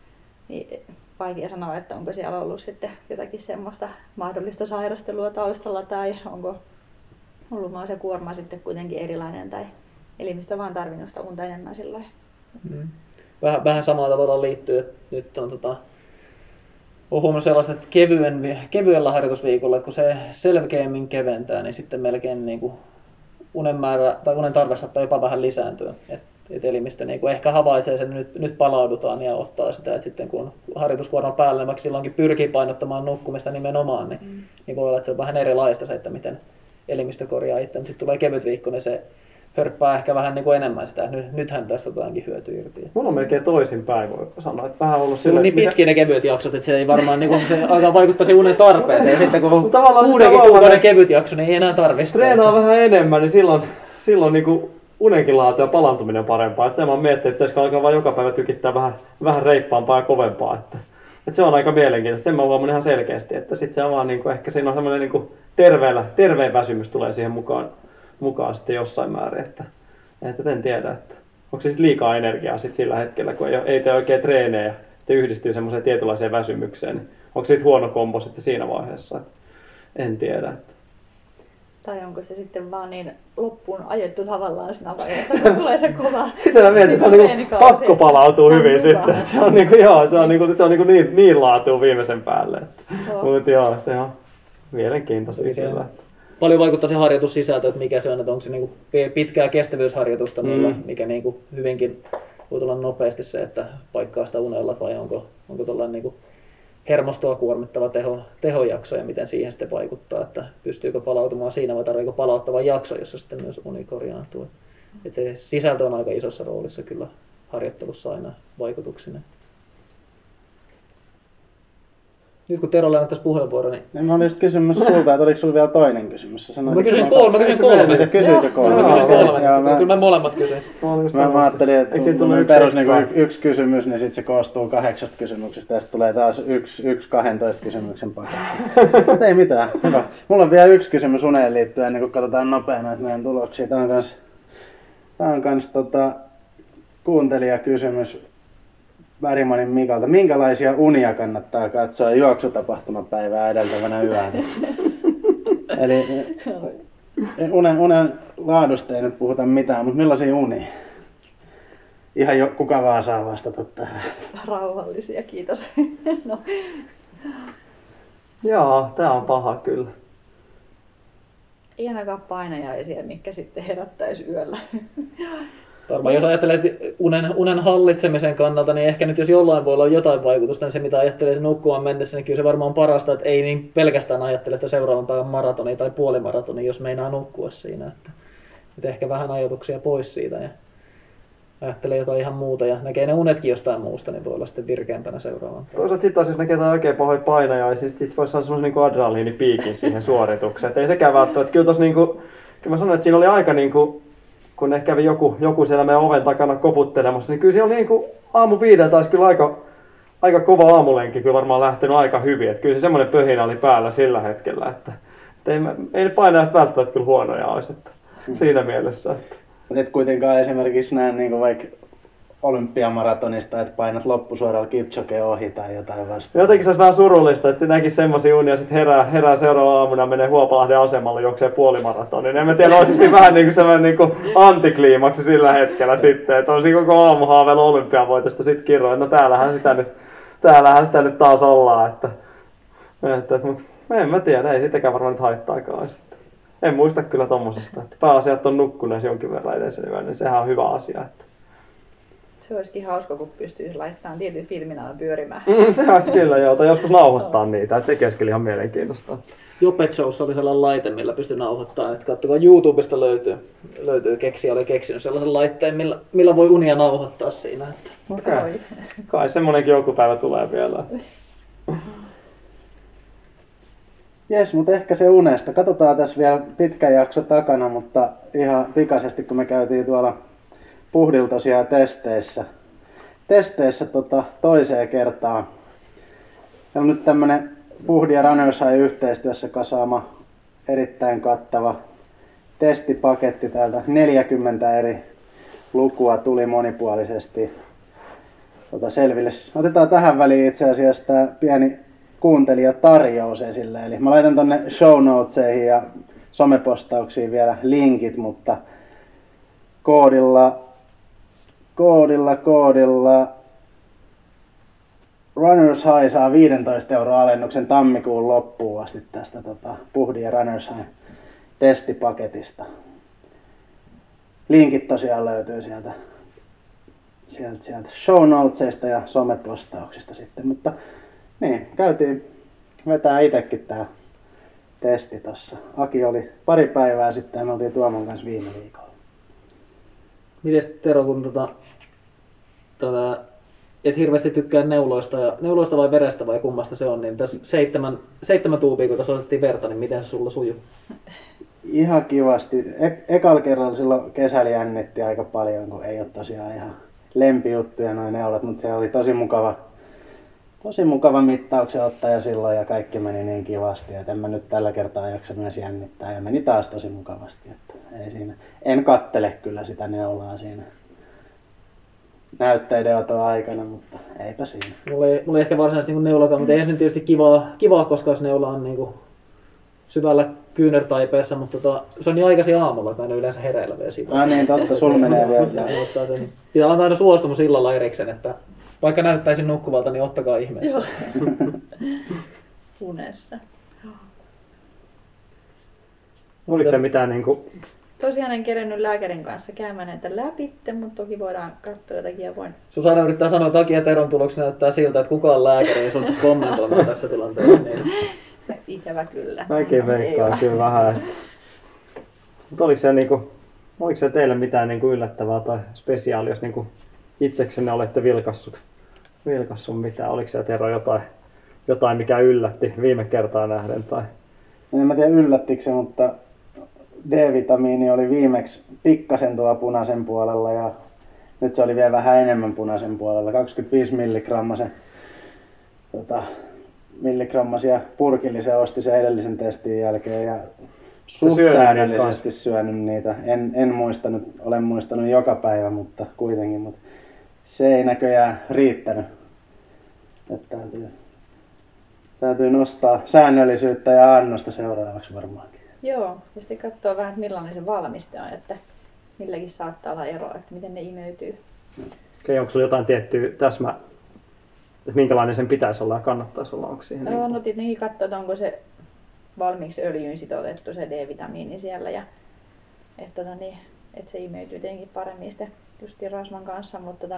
vaikea sanoa, että onko siellä ollut sitten jotakin semmoista mahdollista sairastelua taustalla tai onko ollut vaan se kuorma sitten kuitenkin erilainen tai elimistö vaan tarvinnut sitä unta enemmän silloin. Vähän samalla tavalla liittyy, että nyt on olen huomannut sellaista, että kevyellä harjoitusviikolla, että kun se selkeämmin keventää, niin sitten melkein niin kuin unen määrä tai unen tarve saattaa jopa vähän lisääntyä. Et elimistö niin kuin ehkä havaitsee sen, että nyt palaudutaan ja ottaa sitä, että sitten kun harjoituskuorma päällä, niin vaikka silloinkin pyrkii painottamaan nukkumista nimenomaan, niin voi olla, että se on vähän erilaista se, että miten elimistö korjaa itse. Mutta sitten tulee kevyt viikko, niin se hörppää ehkä vähän niin kuin enemmän sitä, että nythän tästä otaankin hyöty irti. Mulla on melkein toisinpäin, voi sanoa, että vähän ollut silleen, niin pitkiä ne kevyet jaksot, että se ei varmaan niin kuin, se alkaa vaikuttaa se unen tarpeeseen, ja sitten kun on 6 kuukauden kevyt jakso, niin ei enää tarvitse. Treenaa vähän enemmän, niin silloin niin kuin unenkin laatu ja palantuminen on parempaa. Että mä miettinyt, että pitäisikö alkaa vaan joka päivä tykittää vähän reippaampaa ja kovempaa. Että se on aika mielenkiintoista. Sen mä huomaan ihan selkeästi, että sit se on vaan niin kuin, ehkä siinä on semmoinen niin kuin terveen väsymys tulee siihen mukaan sitten jossain määrin. Että en tiedä, että onko se sitten liikaa energiaa sit sillä hetkellä, kun ei tee oikein treenejä ja sitten yhdistyy semmoiseen tietynlaiseen väsymykseen. Niin onko se sitten huono kombo sitten siinä vaiheessa? En tiedä. Tai onko se sitten vaan niin loppuun ajettu tavallaan siinä vaiheessa, kun tulee se kova. Sitä mä mietin, että se on niinku pakko palautuu hyvin sitten. Se on niinku, joo, se on niin laatuu viimeisen päälle. Mutta joo, se on mielenkiintoista sillä. Paljon vaikuttaa se harjoitussisältö, että mikä se on, että onko se niinku pitkää kestävyysharjoitusta, mikä niinku hyvinkin voi tulla nopeasti se, että paikkaa sitä unella, vai onko tuollainen niinku hermostoa kuormittava tehojakso ja miten siihen sitten vaikuttaa, että pystyykö palautumaan siinä vai tarvitseeko palauttava jakso, jossa sitten myös uni korjaantuu. Että se sisältö on aika isossa roolissa kyllä harjoittelussa aina vaikutuksina. Nyt kun Terolle annettaisiin puheenvuoro, niin... Mä olin just kysymys sulta, että oliko sulla vielä toinen kysymys? Mä kysyin kolme. Sä kysyit kolme. Kyllä mä molemmat kysyin. Mä ajattelin, että sulla on perus yksi kysymys, niin sit se koostuu 8 kysymyksestä. Ja sitten tulee taas yksi 12 kysymyksen paketti. Mutta ei mitään, hyvä. Mulla on vielä yksi kysymys uneen liittyen, ennen kuin katsotaan nopeasti näitä meidän tuloksia. Tää on kans kuuntelijakysymys Bergmanin Mikalta. Minkälaisia unia kannattaa katsoa juoksutapahtumapäivää edeltävänä yönä? Eli unen laadusta ei nyt puhuta mitään, mutta millaisia unia? Ihan kuka vaan saa vastata tähän. Rauhallisia, kiitos. No. Joo, tää on paha kyllä. Ei ainakaan painajaisia, mitkä sitten herättäisi yöllä. Varmaan jos ajattelee, että unen hallitsemisen kannalta, niin ehkä nyt jos jollain voi olla jotain vaikutusta, niin se mitä ajattelee sen nukkumaan mennessä, niin kyllä se varmaan on parasta, että ei niin pelkästään ajattele, että seuraavan päivän maratoni tai puolimaratoni, jos meinaa nukkua siinä. Että ehkä vähän ajatuksia pois siitä ja ajattelee jotain ihan muuta ja näkee ne unetkin jostain muusta, niin voi olla sitten virkeämpänä seuraavan päivän. Toisaalta sitten taas, jos näkee jotain oikein pahoja painajaisia, niin sitten voisi saada semmoisen niin adrenaliinipiikin siihen suoritukseen. Et ei sekään välttämättä. Kyllä mä sanoin, että siinä oli aika kun ne kävi joku siellä meidän oven takana koputtelemassa, niin kyllä siellä oli niin aamu 5 taisi kyllä aika kova aamulenki kyllä varmaan lähtenyt aika hyvin. Että kyllä se semmoinen pöhinä oli päällä sillä hetkellä, että ei ne painajaiset välttämättä kyllä huonoja olisi, että siinä mielessä. Mutta et kuitenkaan esimerkiksi näin niin vaikka olympiamaratonista, että painat loppusuoralla Kipchoge ohi tai jotain vastaan. Jotenkin se olisi vähän surullista, että se näkisi semmoisia unia, sitten herää seuraava aamuna, menee Huopalahden asemalle, juoksee puolimaratonin. En mä tiedä, olisi sitten vähän niin semmoinen niin antikliimaksi sillä hetkellä sitten, että olisi koko aamu haaveilla olympiavoitosta sitten kirroin. No täällähän sitä nyt taas ollaan, mutta en mä tiedä, ei sitäkään varmaan nyt haittaakaan sitten. En muista kyllä tommosesta, että pääasiat on nukkuneet jonkin verran edellisen yön, niin sehän on hyvä asia. Että se olisikin hauska, kun pystyisi laittamaan tietyn filmin aina pyörimään. Se olisi kyllä joo, tai joskus nauhoittaa niitä, että sekin olisi kyllä ihan mielenkiintoista. Jopet Showssa oli sellainen laite, millä pystyi nauhoittamaan, että katsokaa YouTubesta löytyy keksijä oli keksinyt sellaisen laitteen, millä voi unia nauhoittaa siinä. Okay. Kai semmonenkin joku päivä tulee vielä. Jes, mutta ehkä se unesta. Katsotaan tässä vielä pitkä jakso takana, mutta ihan pikaisesti kun me käytiin tuolla Puhdilla tosiaan testeissä toiseen kertaan. Ja on nyt tämmönen Puhdi ja Runners High yhteistyössä kasaama erittäin kattava testipaketti täältä. 40 eri lukua tuli monipuolisesti selville. Otetaan tähän väliin itse asiassa tää pieni kuuntelijatarjous esille. Eli mä laitan tonne show notesihin ja somepostauksiin vielä linkit, mutta koodilla koodilla Runners High saa 15 € alennuksen tammikuun loppuun asti tästä Puhdi ja Runners High testipaketista. Linkit tosiaan löytyy sieltä show notesista ja somepostauksista sitten, mutta niin, käytiin vetää itsekin tää testi tossa. Aki oli pari päivää sitten ja me oltiin Tuomon kanssa viime viikolla. Mites Tero, kun et hirveästi tykkää neuloista vai verestä vai kummasta se on, niin tässä 7 tuupia, kun tässä otettiin verta, niin miten se sulla sujuu? Ihan kivasti. Ekalla kerralla silloin kesällä jännitti aika paljon, kun ei ole tosiaan ihan lempijuttuja noin neulat, mutta se oli tosi mukava mittauksen ottaja silloin ja kaikki meni niin kivasti, että en mä nyt tällä kertaa jaksa myös jännittää ja meni taas tosi mukavasti. Että ei siinä. En kattele kyllä sitä neulaa siinä näytteideoton aikana, mutta eipä siinä. Mulla ei ehkä varsinaisesti niin neulakaan, mutta ei se tietysti kivaa koska jos neula on niin syvällä kyynärtaipeessa, mutta se on niin aikaisin aamulla, että mä en yleensä hereillä vielä siitä. Niin totta, sulla menee vielä. Pitää antaa aina suostumus illalla erikseen, että vaikka näyttäisin nukkuvalta, niin ottakaa ihmeessä. Unessa. Oliko se mitään niinku... Tosiaan en kerennyt lääkärin kanssa käymään näitä läpi, mutta toki voidaan katsoa jotakin ja voin. Susanna yrittää sanoa, että Aki ja Teron tuloksi näyttää siltä, että kukaan lääkäri ei suostu kommentoimaan tässä tilanteessa. Niin. Ikävä kyllä. Mäkin veikkaan kyllä vähän. Mutta oliko se teille mitään niinku yllättävää tai spesiaalia, jos niinku itseksenne olette vilkassut mitään? Oliko se Tero jotain, mikä yllätti viime kertaa nähden? Tai... En mä tiedä yllättikö se, mutta D-vitamiini oli viimeksi pikkasen tuo punaisen puolella ja nyt se oli vielä vähän enemmän punaisen puolella. 25 milligrammasia purkillisia osti sen edellisen testin jälkeen ja suht säännöllisesti syönyt niitä. En muistanut, olen muistanut joka päivä, mutta kuitenkin. Mutta se ei näköjään riittänyt. Että täytyy nostaa säännöllisyyttä ja annosta seuraavaksi varmaankin. Joo, ja sitten katsoo vähän, millainen se valmiste on, että milläkin saattaa olla eroa, että miten ne imeytyy. Okei, onko sulla jotain tiettyä että minkälainen sen pitäisi olla ja kannattaisi olla? Onko siihen no tietenkin katsoa, että onko se valmiiksi öljyyn sitoutettu se D-vitamiini siellä ja että se imeytyy tietenkin paremmin sitten justiin rasvan kanssa, mutta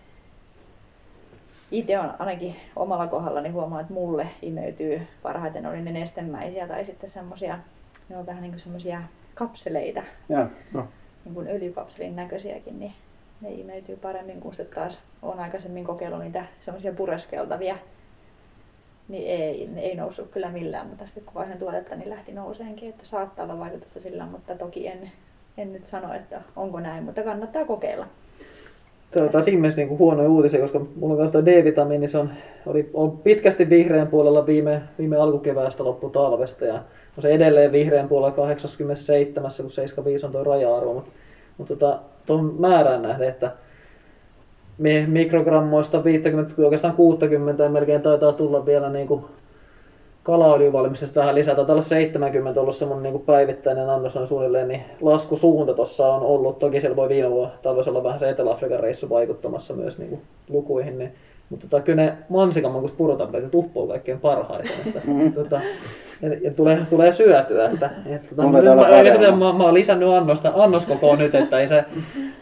itse on ainakin omalla kohdallani huomaa, että mulle imeytyy parhaiten oli ne nestemäisiä tai sitten semmosia, ne on vähän niin kuin semmosia kapseleita, niin kuin öljykapselin näköisiäkin, niin ne imeytyy paremmin kuin sitten taas on aikaisemmin kokeillut niitä semmosia pureskeltavia, niin ei noussut kyllä millään, mutta sitten kun vaihdoin tuotetta, niin lähti nouseenkin, että saattaa olla vaikutusta sillä, mutta toki en nyt sano, että onko näin, mutta kannattaa kokeilla. Tämä on taas ihmeessä niin huonoja uutisia, koska mulla kanssa D-vitamiini oli pitkästi vihreän puolella viime alkukeväästä lopputalvesta ja on se edelleen vihreän puolella 87, kun 75 on tuo raja-arvo, mutta tuon määrään nähden, että mikrogrammoista 50, oikeastaan 60 ja melkein taitaa tulla vielä niin kuin kalaöljyvalmisteista tähän lisää. Taitaa olla 70 ollut semmoinen niin kuin päivittäinen annos on suunnilleen, niin laskusuunta tuossa on ollut. Toki siellä voi viime vuonna voisi olla vähän se Etelä-Afrikan reissu vaikuttamassa myös niin kuin lukuihin. Niin, mutta kyllä ne mansikanmakuiset purotabletit uppoo kaikkein parhaiten. Että, ja tulee syötyä. Mä oon lisännyt annoskokoa nyt, että ei se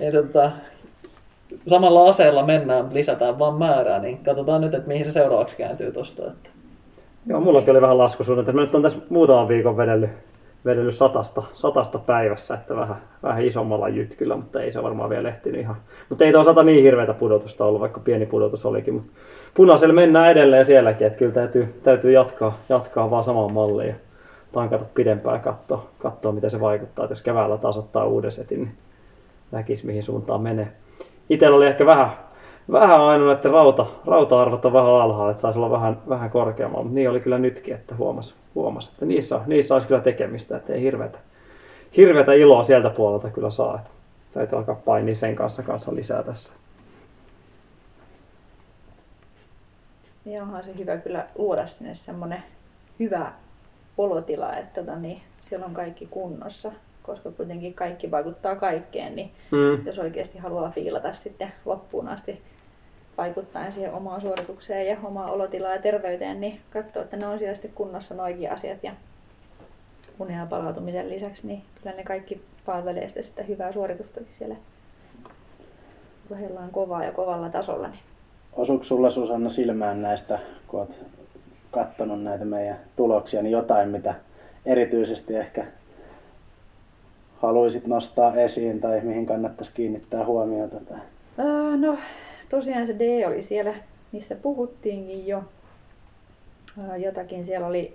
samalla aseella mennään, lisätään vaan määrää, niin katsotaan nyt, että mihin se seuraavaksi kääntyy tosta. Että. Joo, mullakin oli vähän laskusuunnitelma. Mä nyt on tässä muutaman viikon vedellyt 100 päivässä, että vähän isommalla jytkyllä, mutta ei se varmaan vielä ehtinyt ihan. Mutta ei tuossa niin hirveätä pudotusta ollut, vaikka pieni pudotus olikin. Mutta punaisella mennään edelleen sielläkin, että kyllä täytyy jatkaa vaan samaan malliin ja tankata pidempään ja katsoa miten se vaikuttaa. Et jos keväällä taas ottaa uuden setin, niin näkisi mihin suuntaan menee. Itsellä oli ehkä vähän aina, että rauta-arvot on vähän alhaalla, että saisi olla vähän korkeammalla, mutta niin oli kyllä nytkin, että huomasi että niissä olisi kyllä tekemistä, että ei hirveätä iloa sieltä puolelta kyllä saa, että täytyy alkaa painia sen kanssa lisää tässä. Ja onhan se hyvä kyllä luoda sinne semmoinen hyvä olotila, että siellä on kaikki kunnossa, koska kuitenkin kaikki vaikuttaa kaikkeen, niin jos oikeasti haluaa fiilata sitten loppuun asti vaikuttaen siihen omaan suoritukseen ja omaan olotilaan ja terveyteen, niin katsoo, että ne on siellä sitten kunnossa noikin asiat ja unen ja palautumisen lisäksi, niin kyllä ne kaikki palvelee sitä hyvää suoritustakin siellä urheillaan kovaa ja kovalla tasolla. Niin. Osuuko sulla, Susanna, silmään näistä, kun olet katsonut näitä meidän tuloksia, niin jotain, mitä erityisesti ehkä haluaisit nostaa esiin tai mihin kannattaisi kiinnittää huomiota? No tosiaan se D oli siellä, mistä puhuttiinkin jo. Jotakin siellä oli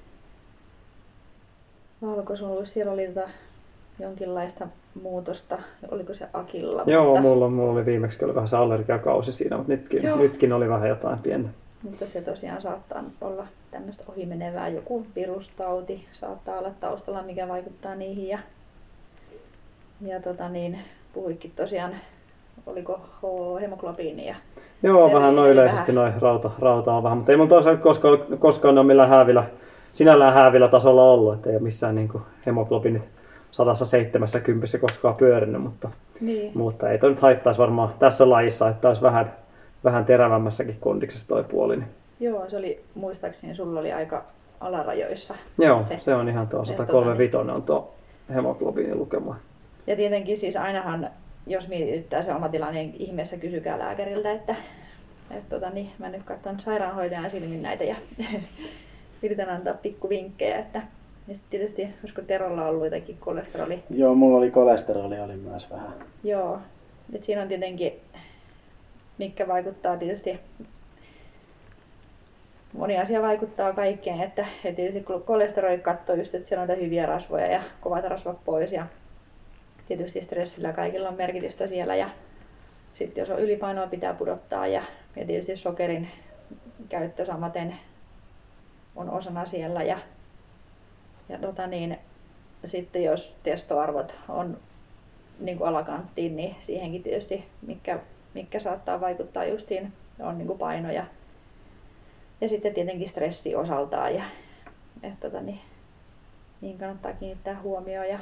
valkosoluissa, siellä oli jonkinlaista muutosta, oliko se Akilla? Joo, mulla oli viimeksi kyllä vähän se allergiakausi siinä, mutta nytkin oli vähän jotain pientä. Mutta se tosiaan saattaa olla tämmöistä ohimenevää, joku virustauti saattaa olla taustalla, mikä vaikuttaa niihin. Ja puhuikin tosiaan, oliko hemoglobiinia? Joo, vähän noin yleisesti noin rauta on vähän, mutta ei mulla toisaalta koskaan ole millään sinällään häävillä tasolla ollut, että ei ole missään niin kuin hemoglobiinit 170 koskaan pyörinyt, mutta ei toi nyt haittaisi varmaan tässä lajissa, että olisi vähän terävämmässäkin kondiksessa toi puoli. Niin. Joo, se oli muistaakseni sulla oli aika alarajoissa. Joo, se on ihan tuo 135 on tuo hemoglobiinilukema. Ja tietenkin siis ainahan, jos mietityttää se oma tilanne, niin ihmeessä kysykää lääkäriltä, että mä nyt katson sairaanhoitajan silmin näitä ja yritän antaa pikkuvinkkejä, että ja sitten tietysti, olisiko Terolla ollut jotakin kolesteroli? Joo, mulla oli kolesteroli oli myös vähän. Joo, että siinä on tietenkin, mikä vaikuttaa tietysti, moni asia vaikuttaa kaikkeen, että tietysti kun kolesteroli katsoo just, että siellä on niitä hyviä rasvoja ja kovat rasvat pois ja tietysti stressillä kaikilla on merkitystä siellä ja sitten jos on ylipainoa pitää pudottaa ja tietysti sokerin käyttö samaten on osana siellä ja sitten jos testoarvot on niin kuin alakanttiin, niin siihenkin tietysti mikä saattaa vaikuttaa justiin on niin kuin paino ja sitten tietenkin stressi osaltaan ja niin kannattaa kiinnittää huomioon ja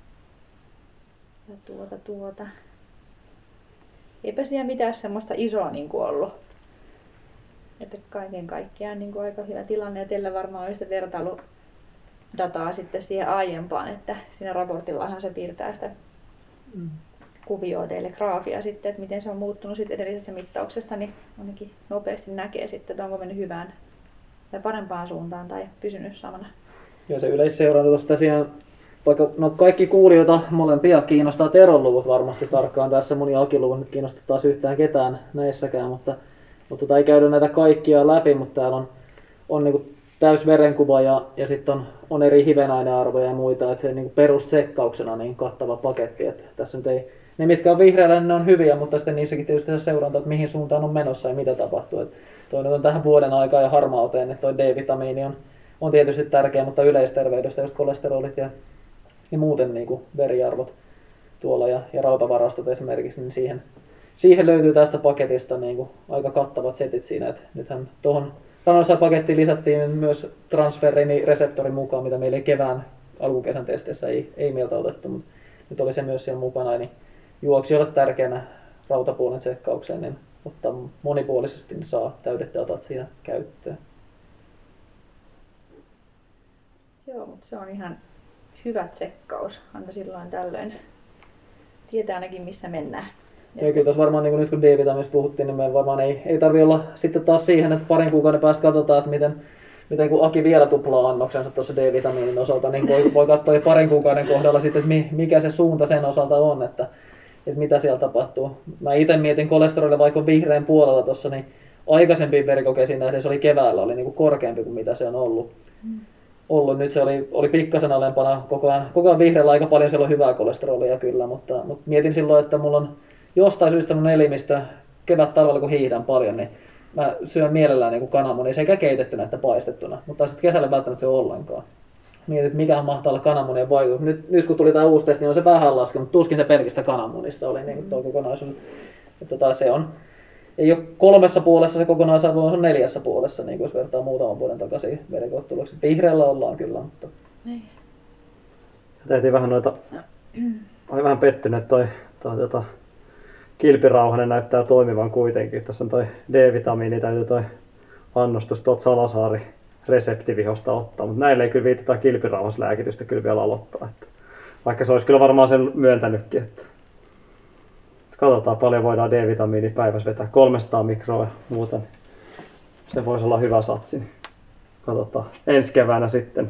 eipä siellä mitään semmoista isoa niin kuin ollut. Että kaiken kaikkiaan niin kuin aika hyvä tilanne ja teillä varmaan on sitä vertailudataa sitten siihen aiempaan, että siinä raportillahan se piirtää sitä kuvioa teille graafia sitten, että miten se on muuttunut sitten edellisessä mittauksesta, niin ainakin nopeasti näkee sitten, että onko mennyt hyvään tai parempaan suuntaan tai pysynyt samana. Joo, se yleisseuranta tuossa tosiaan, vaikka kaikki kuulijoita molempia kiinnostaa Teron luvut varmasti tarkkaan tässä, moni Akin-luvut nyt kiinnostaa taas yhtään ketään näissäkään, mutta ei käydä näitä kaikkia läpi, mutta täällä on niin kuin täysverenkuva ja sitten on eri hivenainearvoja ja muita, että se niin perustsekkauksena niin kattava paketti. Että tässä nyt ei, ne mitkä on vihreällä, ne on hyviä, mutta sitten niissäkin tietysti seuranta, että mihin suuntaan on menossa ja mitä tapahtuu. Että toinen on tähän vuoden aikaan ja harmauteen, että toi D-vitamiini on tietysti tärkeä, mutta yleisterveydestä just kolesterolit ja muuten niin kuin veriarvot tuolla ja rautavarastot esimerkiksi, niin siihen löytyy tästä paketista niin kuin aika kattavat setit siinä. Että nythän tuohon Ranosa-pakettiin lisättiin myös transferriinireseptorin mukaan, mitä meillä kevään alkukesän testeissä ei meiltä otettu, mutta nyt oli se myös siellä mukana. Niin juoksijoille tärkeänä rautapuolen tsekkaukseen, niin ottaa monipuolisesti niin saa täydet datat siinä käyttöön. Joo, mutta se on ihan hyvä tsekkaus aina silloin tällöin. Tietää ainakin missä mennään. Ja kyllä tuossa varmaan niin nyt kun D-vitamiinista puhuttiin, niin meidän varmaan ei tarvitse olla sitten taas siihen, että parin kuukauden päästä katsotaan, että miten kun Aki vielä tuplaa annoksensa tuossa D-vitamiinin osalta, niin voi katsoa jo parin kuukauden kohdalla sitten, että mikä se suunta sen osalta on, että mitä siellä tapahtuu. Mä itse mietin kolesterolilla vaikka vihreän puolella tuossa, niin aikaisempiin verikokeisiin nähden se oli keväällä oli niin kuin korkeampi kuin mitä se on ollut. Nyt se oli pikkasen alempana, koko ajan vihreällä aika paljon siellä on hyvää kolesterolia kyllä, mutta mietin silloin, että mulla on jostain syystä mun elimistö kevät-talvella kun hiihdän paljon, niin mä syön mielellään niin kananmunia sekä keitettynä että paistettuna, mutta sitten kesällä välttämättä se ollenkaan. Mietin, että mikä mahtaa olla kananmunien vaikutus. Nyt kun tuli tämä uusi testi, niin on se vähän laskenut, mutta tuskin se pelkistä kananmunista oli niin tuo kokonaisuus. Se on, ei ole 3/4 se kokonaisarvo, se on 4/4, niin jos vertaa muutaman vuoden takaisin verikoettuloksi. Vihreällä ollaan kyllä, mutta... Tehtiin vähän noita, olin vähän pettynyt, että toi kilpirauhanen näyttää toimivan kuitenkin. Tässä on toi D-vitamiini, täytyy toi annostus tuolta Salasaari reseptivihosta ottaa, mutta näille ei kyllä viitata kilpirauhaslääkitystä kyllä vielä aloittaa. Että vaikka se olisi kyllä varmaan sen myöntänytkin, että katsotaan paljon voidaan D-vitamiini päivässä vetää, 300 mikroa ja muuta. Se voisi olla hyvä satsi. Katsotaan ensi keväänä sitten.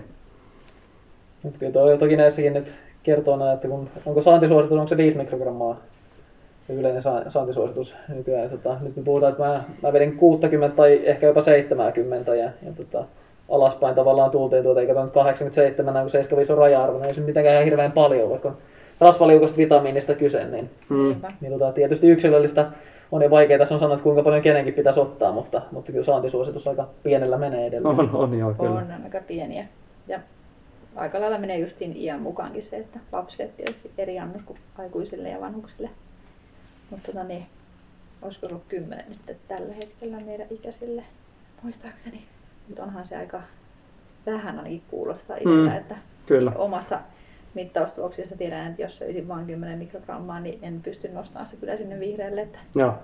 Nyt kyllä toki näissäkin nyt kertoo näin, että onko saantisuositus, onko se 5 mikrogrammaa se yleinen saantisuositus nykyään. Nyt me puhutaan, että mä vedin 60 tai ehkä jopa 70 ja alaspäin tavallaan tultiin eikä nyt 87, kun 75 on raja-arvo, niin ei se mitenkään ihan hirveän paljon, vaikka rasvaliukosta vitamiinista kyse, niin tietysti yksilöllistä on jo vaikea tässä on sanoa, että kuinka paljon kenenkin pitäisi ottaa, mutta kyllä saantisuositus aika pienellä menee edelleen. On joo, kyllä. On aika pieniä. Ja aika lailla menee justiin iän mukaankin se, että lapsille tietysti eri annos kuin aikuisille ja vanhuksille. Mutta olisiko ollut 10 nyt tällä hetkellä meidän ikäisille, muistaakseni. Mutta onhan se aika vähän ainakin kuulostaa itsellä, että kyllä. Omasta mittaustuloksista tiedän, että jos söisin vain 10 mikrogrammaa, niin en pysty nostamaan sitä kyllä sinne vihreälle. Että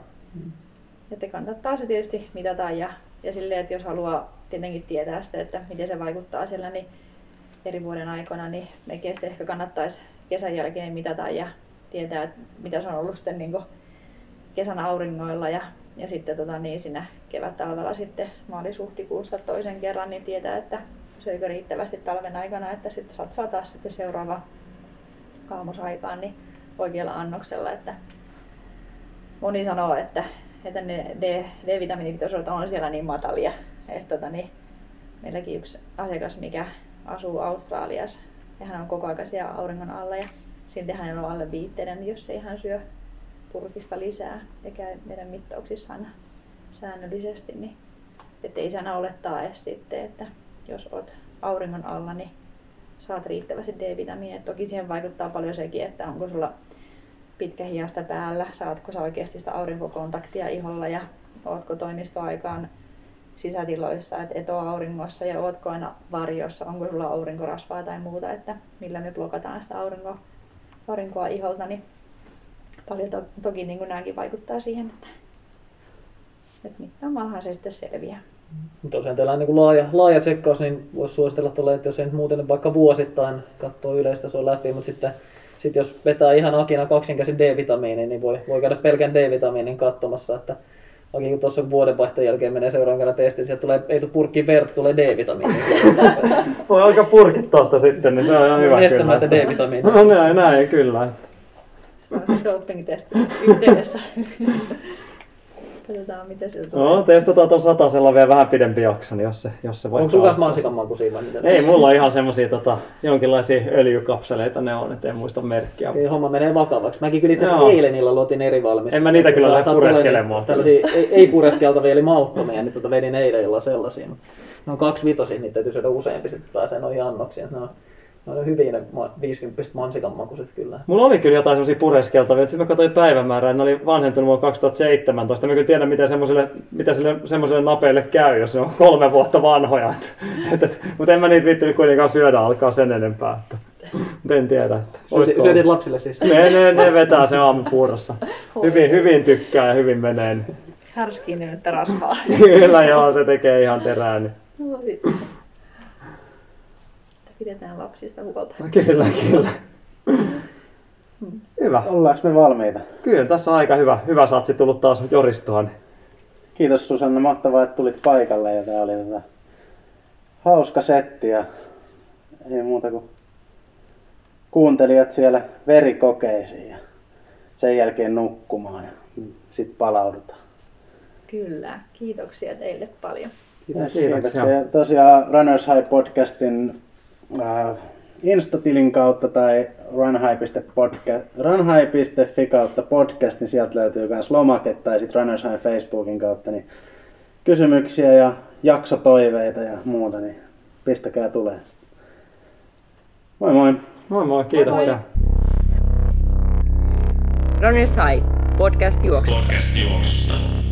Että kannattaa se tietysti mitata ja silleen, että jos haluaa tietenkin tietää sitä, että miten se vaikuttaa siellä niin eri vuoden aikana, niin mekin ehkä kannattaisi kesän jälkeen mitata ja tietää, että mitä se on ollut sitten niin kesän auringoilla ja sitten siinä kevät-talvella sitten maalis-huhtikuussa toisen kerran, niin tietää, että söikö riittävästi talven aikana, että sitten satsaa taas sitten seuraava kaamosaikaan niin oikealla annoksella. Että moni sanoo, että ne D-vitamiinipitoisuudet on siellä niin matalia. Että meilläkin yksi asiakas, mikä asuu Australiassa ja hän on koko ajan siellä auringon alla ja silti hänellä on alle 5, niin jos ei hän syö purkista lisää ja käy meidän mittauksissa aina säännöllisesti, niin ettei se aina olettaa edes sitten, että jos olet auringon alla, niin saat riittävästi D-vitamiinia. Toki siihen vaikuttaa paljon sekin, että onko sulla pitkä hiasta päällä, saatko sä oikeasti sitä aurinkokontaktia iholla ja ootko toimistoaikaan sisätiloissa, että etuauringossa ja ootko aina varjossa, onko sulla aurinkorasvaa tai muuta, että millä me blokataan sitä aurinkoa iholta, niin paljon toki niin kuin nämäkin vaikuttaa siihen, että mittaamallahan se sitten selviää. Tosiaan teillä on niin laaja tsekkaus, niin voisi suositella tuolle, että jos ei nyt muuten vaikka vuosittain katsoo yleistasoa läpi, mutta sitten jos vetää ihan akina kaksinkäsin D-vitamiinin, niin voi käydä pelkän D-vitamiinin katsomassa, että Aki, kun tuossa vuodenvaihteen jälkeen menee seuraavan kerran testiin, sieltä ei tule purkkiin verta, tulee D-vitamiini. Voi alkaa purkittaa sitä sitten, niin se on ihan hyvä kyllä. Estämään sitä D-vitamiinia. No näin kyllä. Se on doping-testi yhteydessä. Katsotaan miten se tulee. No, testataan tuon satasella vielä vähän pidempi jakso, niin jos se voi. Onko sulla myös mansikan maku siinä? Ei, mulla on ihan semmosia jonkinlaisia öljykapseleita ne on, et en muista merkkiä. Ei, homma menee vakavaksi. Mäkin kyllä itse asiassa eilen illalla otin eri valmista. En mä niitä kyllä lähde pureskelemaan. Tällaisia ei pureskeltavia eli mauttomia, niin vedin eilen illalla sellaisia. Ne on 2-vitosia, niitä täytyy syödä useampi, sitten pääsee noihin annoksiin. Ne on hyviä ne 50 mansikan makuiset kyllä. Mulla oli kyllä jotain semmosia pureskeltavia, sitten mä katsoin päivämäärää, ne oli vanhentunut vuonna 2017. Mä kyllä tiedän, mitä semmoiselle napeille käy, jos ne on 3 vuotta vanhoja. Mutta en mä niitä viittinyt kuitenkaan syödä alkaa sen enempää. Mutta en tiedä. Syötit lapsille siis? Ne vetää se aamupuurossa. Hyvin tykkää ja hyvin menee. Härskiin nyt rasvaa. Kyllä joo, se tekee ihan terää. Niin. Pidetään lapsista huolta. Kyllä. Hyvä. Ollaanko me valmiita? Kyllä, tässä on aika hyvä satsi tullut taas joristua. Kiitos Susanna, mahtavaa, että tulit paikalle ja tää oli hauska setti ja ei muuta kuin kuuntelijat siellä verikokeisiin ja sen jälkeen nukkumaan ja sit palaudutaan. Kyllä, kiitoksia teille paljon. Kiitoksia. Ja tosiaan Runners High podcastin Insta-tilin kautta tai runhigh.fi kautta podcast, niin sieltä löytyy myös lomake tai sitten Runners High Facebookin kautta, niin kysymyksiä ja jaksotoiveita ja muuta, niin pistäkää tulee. Moi moi! Moi, kiitoksia! Runners High, podcast juoksusta.